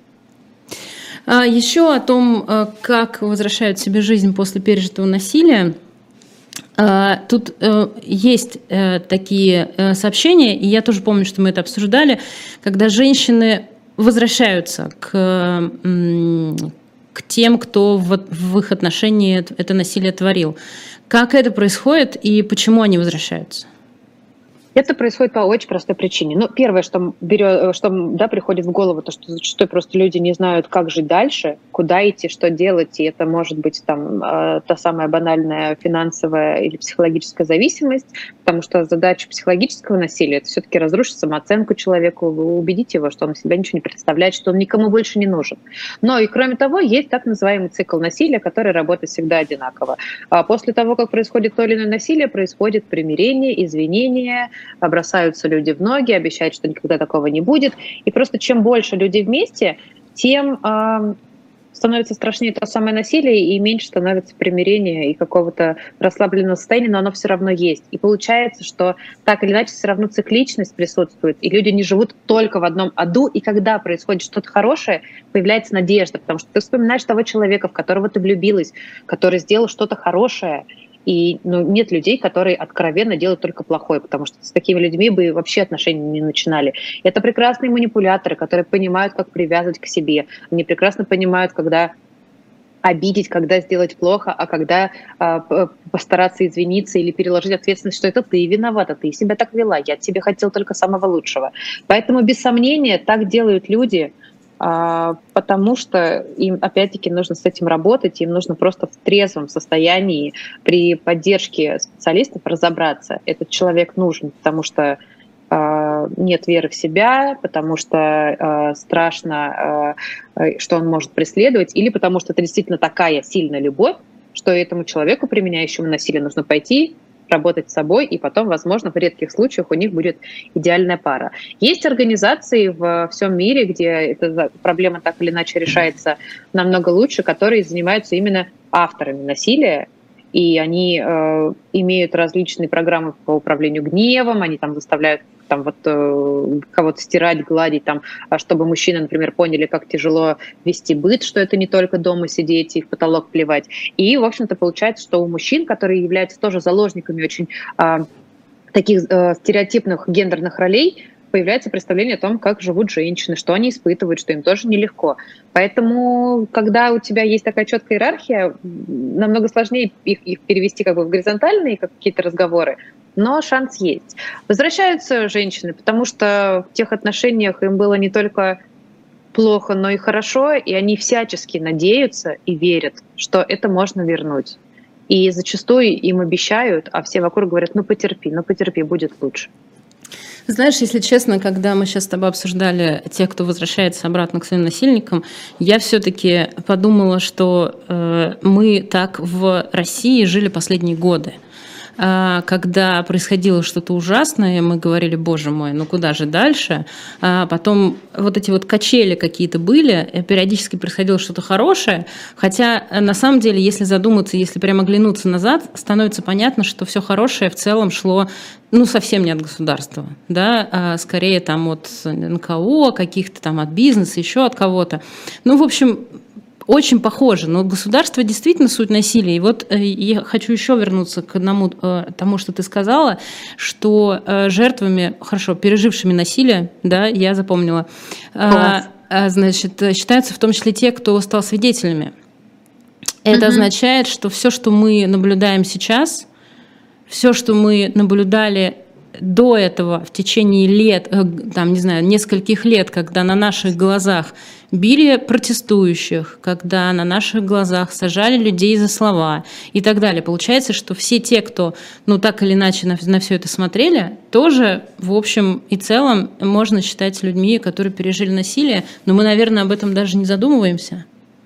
А Еще о том, э, как возвращают себе жизнь после пережитого насилия. А, Тут э, есть э, такие э, сообщения, и я тоже помню, что мы это обсуждали, когда женщины возвращаются к, м, к тем, кто в, в их отношении это это насилие творил. Как это происходит и почему они возвращаются? Это происходит по очень простой причине. Ну, первое, что, берет, что да, приходит в голову, то, что зачастую просто люди не знают, как жить дальше, куда идти, что делать, и это может быть там э, та самая банальная финансовая или психологическая зависимость, потому что задача психологического насилия — это все-таки разрушить самооценку человеку, убедить его, что он из себя ничего не представляет, что он никому больше не нужен. Но и кроме того, есть так называемый цикл насилия, который работает всегда одинаково. А после того, как происходит то или иное насилие, происходит примирение, извинения, бросаются люди в ноги, обещают, что никогда такого не будет. И просто чем больше людей вместе, тем э, становится страшнее то самое насилие, и меньше становится примирения и какого-то расслабленного состояния, но оно все равно есть. И получается, что так или иначе все равно цикличность присутствует, и люди не живут только в одном аду, и когда происходит что-то хорошее, появляется надежда, потому что ты вспоминаешь того человека, в которого ты влюбилась, который сделал что-то хорошее. И ну, нет людей, которые откровенно делают только плохое, потому что с такими людьми бы вообще отношения не начинали. Это прекрасные манипуляторы, которые понимают, как привязывать к себе. Они прекрасно понимают, когда обидеть, когда сделать плохо, а когда э, постараться извиниться или переложить ответственность, что это ты виновата, ты себя так вела, я тебе хотел только самого лучшего. Поэтому, без сомнения, так делают люди, потому что им, опять-таки, нужно с этим работать, им нужно просто в трезвом состоянии при поддержке специалистов разобраться. Этот человек нужен, потому что э, нет веры в себя, потому что э, страшно, э, что он может преследовать, или потому что это действительно такая сильная любовь, что этому человеку, применяющему насилие, нужно пойти, работать с собой, и потом, возможно, в редких случаях у них будет идеальная пара. Есть организации в всем мире, где эта проблема так или иначе решается намного лучше, которые занимаются именно авторами насилия, и они э, имеют различные программы по управлению гневом, они там заставляют там вот э, кого-то стирать, гладить, там, чтобы мужчины, например, поняли, как тяжело вести быт, что это не только дома сидеть и в потолок плевать. И, в общем-то, получается, что у мужчин, которые являются тоже заложниками очень э, таких э, стереотипных гендерных ролей, появляется представление о том, как живут женщины, что они испытывают, что им тоже нелегко. Поэтому, когда у тебя есть такая четкая иерархия, намного сложнее их, их перевести как бы в горизонтальные какие-то разговоры, но шанс есть. Возвращаются женщины, потому что в тех отношениях им было не только плохо, но и хорошо, и они всячески надеются и верят, что это можно вернуть. И зачастую им обещают, а все вокруг говорят: ну потерпи, ну потерпи, будет лучше. Знаешь, если честно, когда мы сейчас с тобой обсуждали тех, кто возвращается обратно к своим насильникам, я все-таки подумала, что э, мы так в России жили последние годы. Когда происходило что-то ужасное, мы говорили: боже мой, ну куда же дальше? А потом вот эти вот качели какие-то были, периодически происходило что-то хорошее, хотя на самом деле, если задуматься, если прямо оглянуться назад, становится понятно, что все хорошее в целом шло ну совсем не от государства, да, а скорее там от эн ка о, каких-то там от бизнеса, еще от кого-то. Ну, в общем, очень похоже, но государство действительно суть насилия. И вот э, я хочу еще вернуться к одному э, тому, что ты сказала, что э, жертвами, хорошо, пережившими насилие, да, я запомнила, э, э, значит, считаются в том числе те, кто стал свидетелями. Это угу. означает, что все, что мы наблюдаем сейчас, все, что мы наблюдали до этого в течение лет, там, не знаю, нескольких лет, когда на наших глазах били протестующих, когда на наших глазах сажали людей за слова и так далее. Получается, что все те, кто, ну, так или иначе на, на все это смотрели, тоже, в общем и целом, можно считать людьми, которые пережили насилие, но мы, наверное, об этом даже не задумываемся.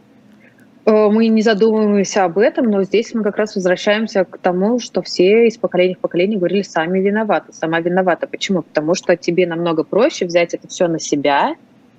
Мы не задумываемся об этом, но здесь мы как раз возвращаемся к тому, что все из поколения в поколение говорили: сами виноваты, сама виновата. Почему? Потому что тебе намного проще взять это все на себя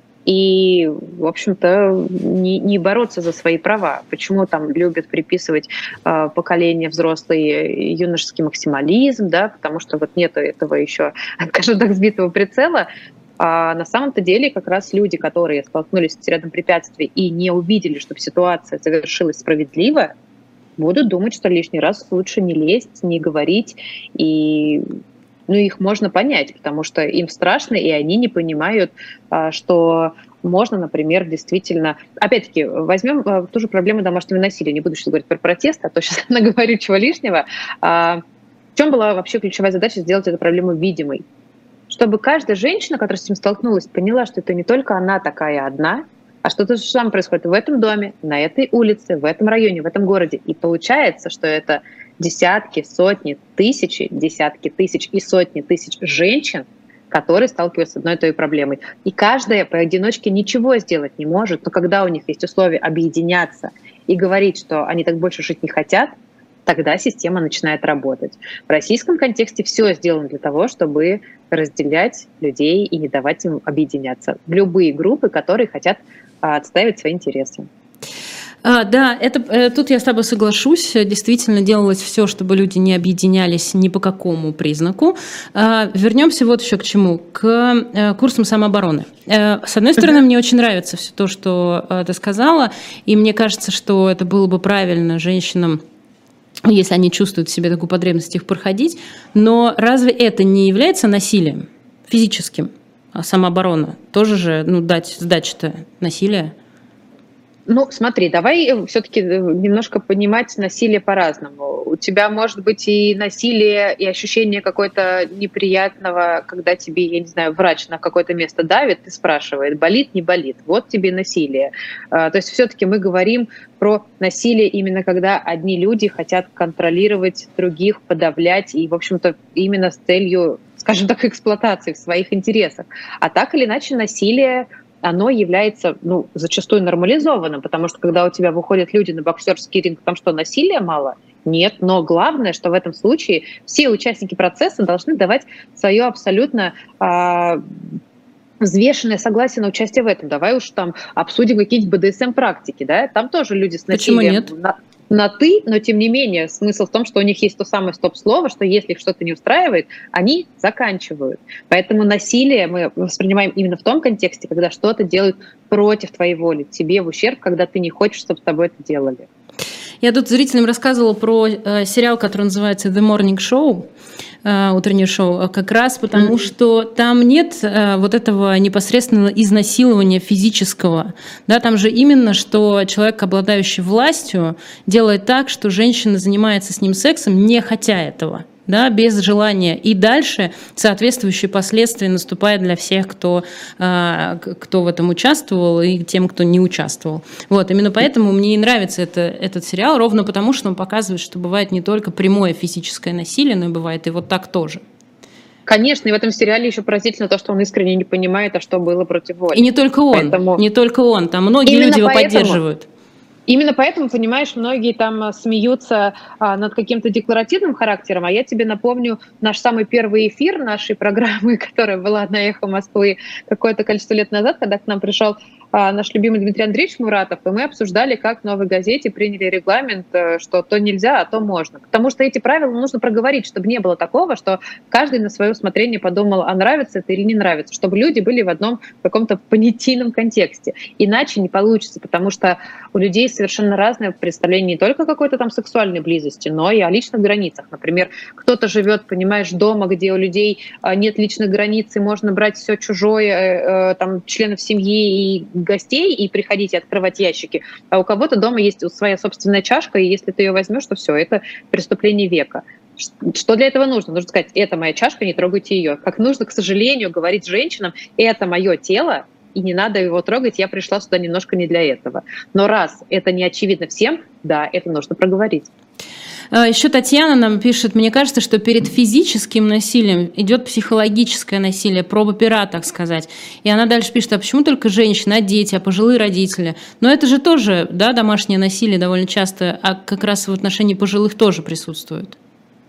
и, в общем-то, не, не бороться за свои права. Почему там любят приписывать э, поколение взрослые юношеский максимализм, да, потому что вот нет этого еще, скажем так, сбитого прицела. А на самом-то деле как раз люди, которые столкнулись с рядом препятствий и не увидели, чтобы ситуация завершилась справедливо, будут думать, что лишний раз лучше не лезть, не говорить. И ну, их можно понять, потому что им страшно, и они не понимают, что можно, например, действительно... Опять-таки, возьмем ту же проблему домашнего насилия. Не буду сейчас говорить про протест, а то сейчас наговорю чего лишнего. В чем была вообще ключевая задача сделать эту проблему видимой? Чтобы каждая женщина, которая с этим столкнулась, поняла, что это не только она такая одна, а что то же самое происходит в этом доме, на этой улице, в этом районе, в этом городе. И получается, что это десятки, сотни, тысячи, десятки тысяч и сотни тысяч женщин, которые сталкиваются с одной и той проблемой. И каждая поодиночке ничего сделать не может, но когда у них есть условия объединяться и говорить, что они так больше жить не хотят, тогда система начинает работать. В российском контексте все сделано для того, чтобы разделять людей и не давать им объединяться в любые группы, которые хотят а, отстаивать свои интересы. А, да, это, э, тут я с тобой соглашусь. Действительно делалось все, чтобы люди не объединялись ни по какому признаку. А, вернемся вот еще к чему. К э, курсам самообороны. Э, с одной стороны, мне очень нравится все то, что э, ты сказала, и мне кажется, что это было бы правильно женщинам, если они чувствуют в себе такую потребность, их проходить. Но разве это не является насилием физическим? А самооборона тоже же, ну, дать сдачи-то насилие. Ну, смотри, давай все-таки немножко понимать насилие по-разному. У тебя может быть и насилие, и ощущение какое-то неприятного, когда тебе, я не знаю, врач на какое-то место давит и спрашивает, болит, не болит. Вот тебе насилие. То есть все-таки мы говорим про насилие именно когда одни люди хотят контролировать других, подавлять, и, в общем-то, именно с целью, скажем так, эксплуатации в своих интересах. А так или иначе насилие, оно является, ну, зачастую нормализованным, потому что когда у тебя выходят люди на боксерский ринг, там что, насилия мало? Нет, но главное, что в этом случае все участники процесса должны давать свое абсолютно а, взвешенное согласие на участие в этом. Давай уж там обсудим какие-нибудь бэ дэ эс эм практики, да? Там тоже люди с насилием... Почему нет? на «ты», но тем не менее смысл в том, что у них есть то самое стоп-слово, что если их что-то не устраивает, они заканчивают. Поэтому насилие мы воспринимаем именно в том контексте, когда что-то делают против твоей воли, тебе в ущерб, когда ты не хочешь, чтобы с тобой это делали. Я тут зрителям рассказывала про э, сериал, который называется «The Morning Show», э, утреннее шоу, как раз потому, mm-hmm. что там нет э, вот этого непосредственного изнасилования физического. Да, там же именно, что человек, обладающий властью, делает так, что женщина занимается с ним сексом, не хотя этого. Да, без желания. И дальше соответствующие последствия наступают для всех, кто, кто в этом участвовал, и тем, кто не участвовал. Вот, именно поэтому мне и нравится это, этот сериал, ровно потому, что он показывает, что бывает не только прямое физическое насилие, но и бывает и вот так тоже. Конечно, и в этом сериале еще поразительно то, что он искренне не понимает, а что было против воли. И не только он, Поэтому... не только он, там многие Именно люди его поэтому... поддерживают. Именно поэтому, понимаешь, многие там смеются а, над каким-то декларативным характером, а я тебе напомню наш самый первый эфир нашей программы, которая была на «Эхо Москвы» какое-то количество лет назад, когда к нам пришел а, наш любимый Дмитрий Андреевич Муратов, и мы обсуждали, как в «Новой газете» приняли регламент, что то нельзя, а то можно. Потому что эти правила нужно проговорить, чтобы не было такого, что каждый на свое усмотрение подумал, а нравится это или не нравится, чтобы люди были в одном каком-то понятийном контексте. Иначе не получится, потому что у людей совершенно разное представление не только какой-то там сексуальной близости, но и о личных границах. Например, кто-то живет, понимаешь, дома, где у людей нет личных границ, и можно брать все чужое, там, членов семьи и гостей, и приходить и открывать ящики. А у кого-то дома есть своя собственная чашка, и если ты ее возьмешь, то все, это преступление века. Что для этого нужно? Нужно сказать, это моя чашка, не трогайте ее. Как нужно, к сожалению, говорить женщинам, это мое тело, и не надо его трогать, я пришла сюда немножко не для этого. Но раз это не очевидно всем, да, это нужно проговорить. Еще Татьяна нам пишет, мне кажется, что перед физическим насилием идет психологическое насилие, проба пера, так сказать. И она дальше пишет, а почему только женщины, а дети, а пожилые родители? Но это же тоже, да, домашнее насилие довольно часто, а как раз в отношении пожилых тоже присутствует.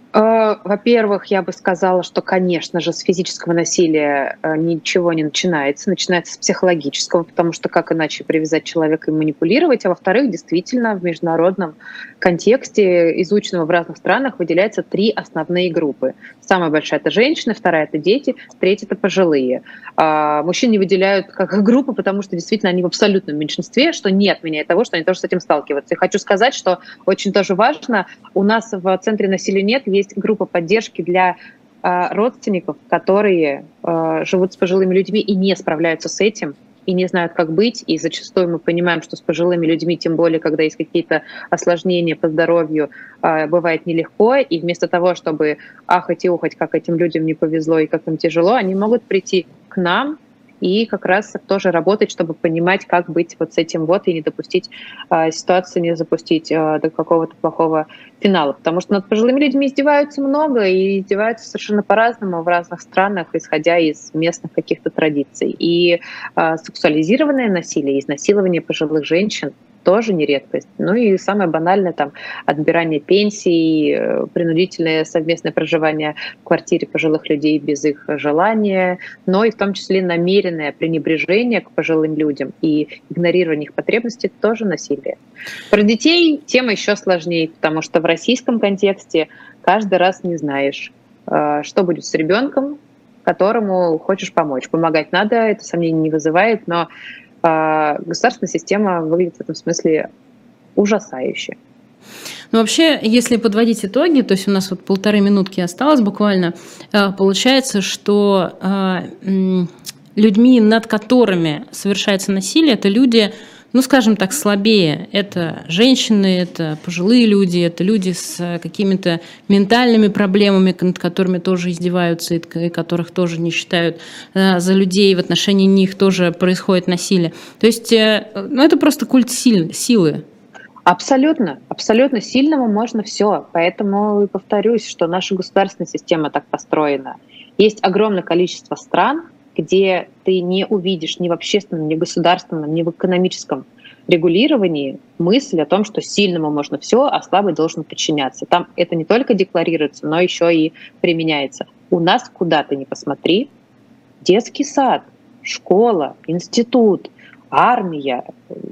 Во-первых, я бы сказала, что, конечно же, с физического насилия ничего не начинается. Начинается с психологического, потому что как иначе привязать человека и манипулировать. А во-вторых, действительно, в международном контексте, изученного в разных странах, выделяются три основные группы. Самая большая — это женщины, вторая — это дети, третья — это пожилые. Мужчин не выделяют как группу, потому что действительно они в абсолютном меньшинстве, что не отменяет того, что они тоже с этим сталкиваются. И хочу сказать, что очень тоже важно, у нас в Центре насилия нет, есть группа поддержки для э, родственников, которые э, живут с пожилыми людьми и не справляются с этим, и не знают, как быть. И зачастую мы понимаем, что с пожилыми людьми, тем более, когда есть какие-то осложнения по здоровью, э, бывает нелегко. И вместо того, чтобы ахать и ухать, как этим людям не повезло и как им тяжело, они могут прийти к нам и как раз тоже работать, чтобы понимать, как быть вот с этим вот и не допустить э, ситуацию, не запустить э, до какого-то плохого финала. Потому что над пожилыми людьми издеваются много и издеваются совершенно по-разному в разных странах, исходя из местных каких-то традиций. И э, сексуализированное насилие, изнасилование пожилых женщин тоже не редкость. Ну и самое банальное, там, отбирание пенсий, принудительное совместное проживание в квартире пожилых людей без их желания, но и в том числе намеренное пренебрежение к пожилым людям и игнорирование их потребностей — тоже насилие. Про детей тема еще сложнее, потому что в российском контексте каждый раз не знаешь, что будет с ребенком, которому хочешь помочь. Помогать надо, это сомнений не вызывает, но государственная система выглядит в этом смысле ужасающе. Ну, вообще, если подводить итоги, то есть у нас вот полторы минутки осталось буквально, получается, что людьми, над которыми совершается насилие, это люди, ну, скажем так, слабее. Это женщины, это пожилые люди, это люди с какими-то ментальными проблемами, над которыми тоже издеваются, и которых тоже не считают за людей, в отношении них тоже происходит насилие. То есть, ну, это просто культ силы. Абсолютно, абсолютно сильному можно все. Поэтому и повторюсь, что наша государственная система так построена. Есть огромное количество стран, где ты не увидишь ни в общественном, ни в государственном, ни в экономическом регулировании мысль о том, что сильному можно все, а слабый должен подчиняться. Там это не только декларируется, но еще и применяется. У нас, куда ты ни посмотри, детский сад, школа, институт, армия,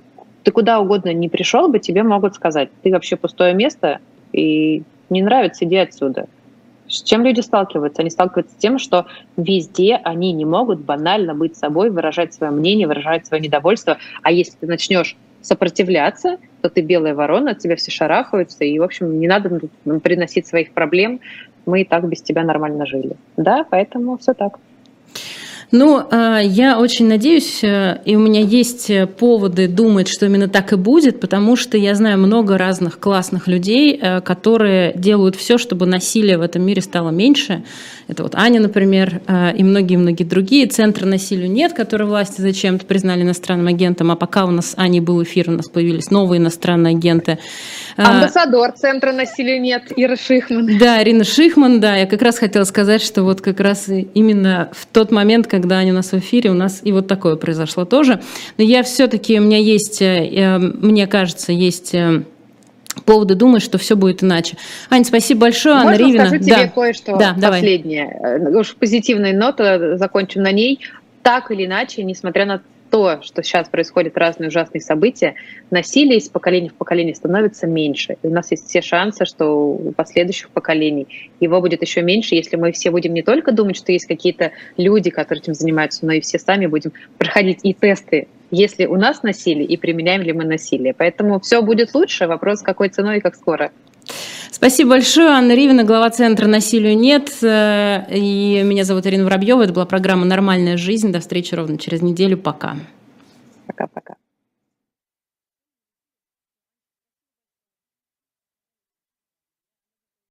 ты куда угодно не пришел бы, тебе могут сказать, ты вообще пустое место, и не нравится, иди отсюда. С чем люди сталкиваются? Они сталкиваются с тем, что везде они не могут банально быть собой, выражать свое мнение, выражать свое недовольство. А если ты начнешь сопротивляться, то ты белая ворона, от тебя все шарахаются, и, в общем, не надо приносить своих проблем. Мы и так без тебя нормально жили. Да, поэтому все так. Ну, я очень надеюсь, и у меня есть поводы думать, что именно так и будет, потому что я знаю много разных классных людей, которые делают все, чтобы насилие в этом мире стало меньше. Это вот Аня, например, и многие-многие другие. Центра насилию нет, которые власти зачем-то признали иностранным агентом, а пока у нас с Аней был эфир, у нас появились новые иностранные агенты. Амбассадор Центра насилия нет, Ира Шихман. Да, Ирина Шихман, да, я как раз хотела сказать, что вот как раз именно в тот момент, когда Аня у нас в эфире, у нас и вот такое произошло тоже. Но я все-таки, у меня есть, мне кажется, есть поводы думать, что все будет иначе. Ань, спасибо большое. Можно Анна Ривина. скажу тебе да. кое-что да, последнее. Давай. Уж позитивная нота, закончим на ней. Так или иначе, несмотря на то, что сейчас происходят разные ужасные события, насилие из поколения в поколение становится меньше. И у нас есть все шансы, что у последующих поколений его будет еще меньше, если мы все будем не только думать, что есть какие-то люди, которые этим занимаются, но и все сами будем проходить и тесты, есть ли у нас насилие и применяем ли мы насилие. Поэтому все будет лучше. Вопрос, какой ценой и как скоро. Спасибо большое. Анна Ривина, глава Центра насилию нет. И меня зовут Ирина Воробьева. Это была программа «Нормальная жизнь». До встречи ровно через неделю. Пока. Пока-пока.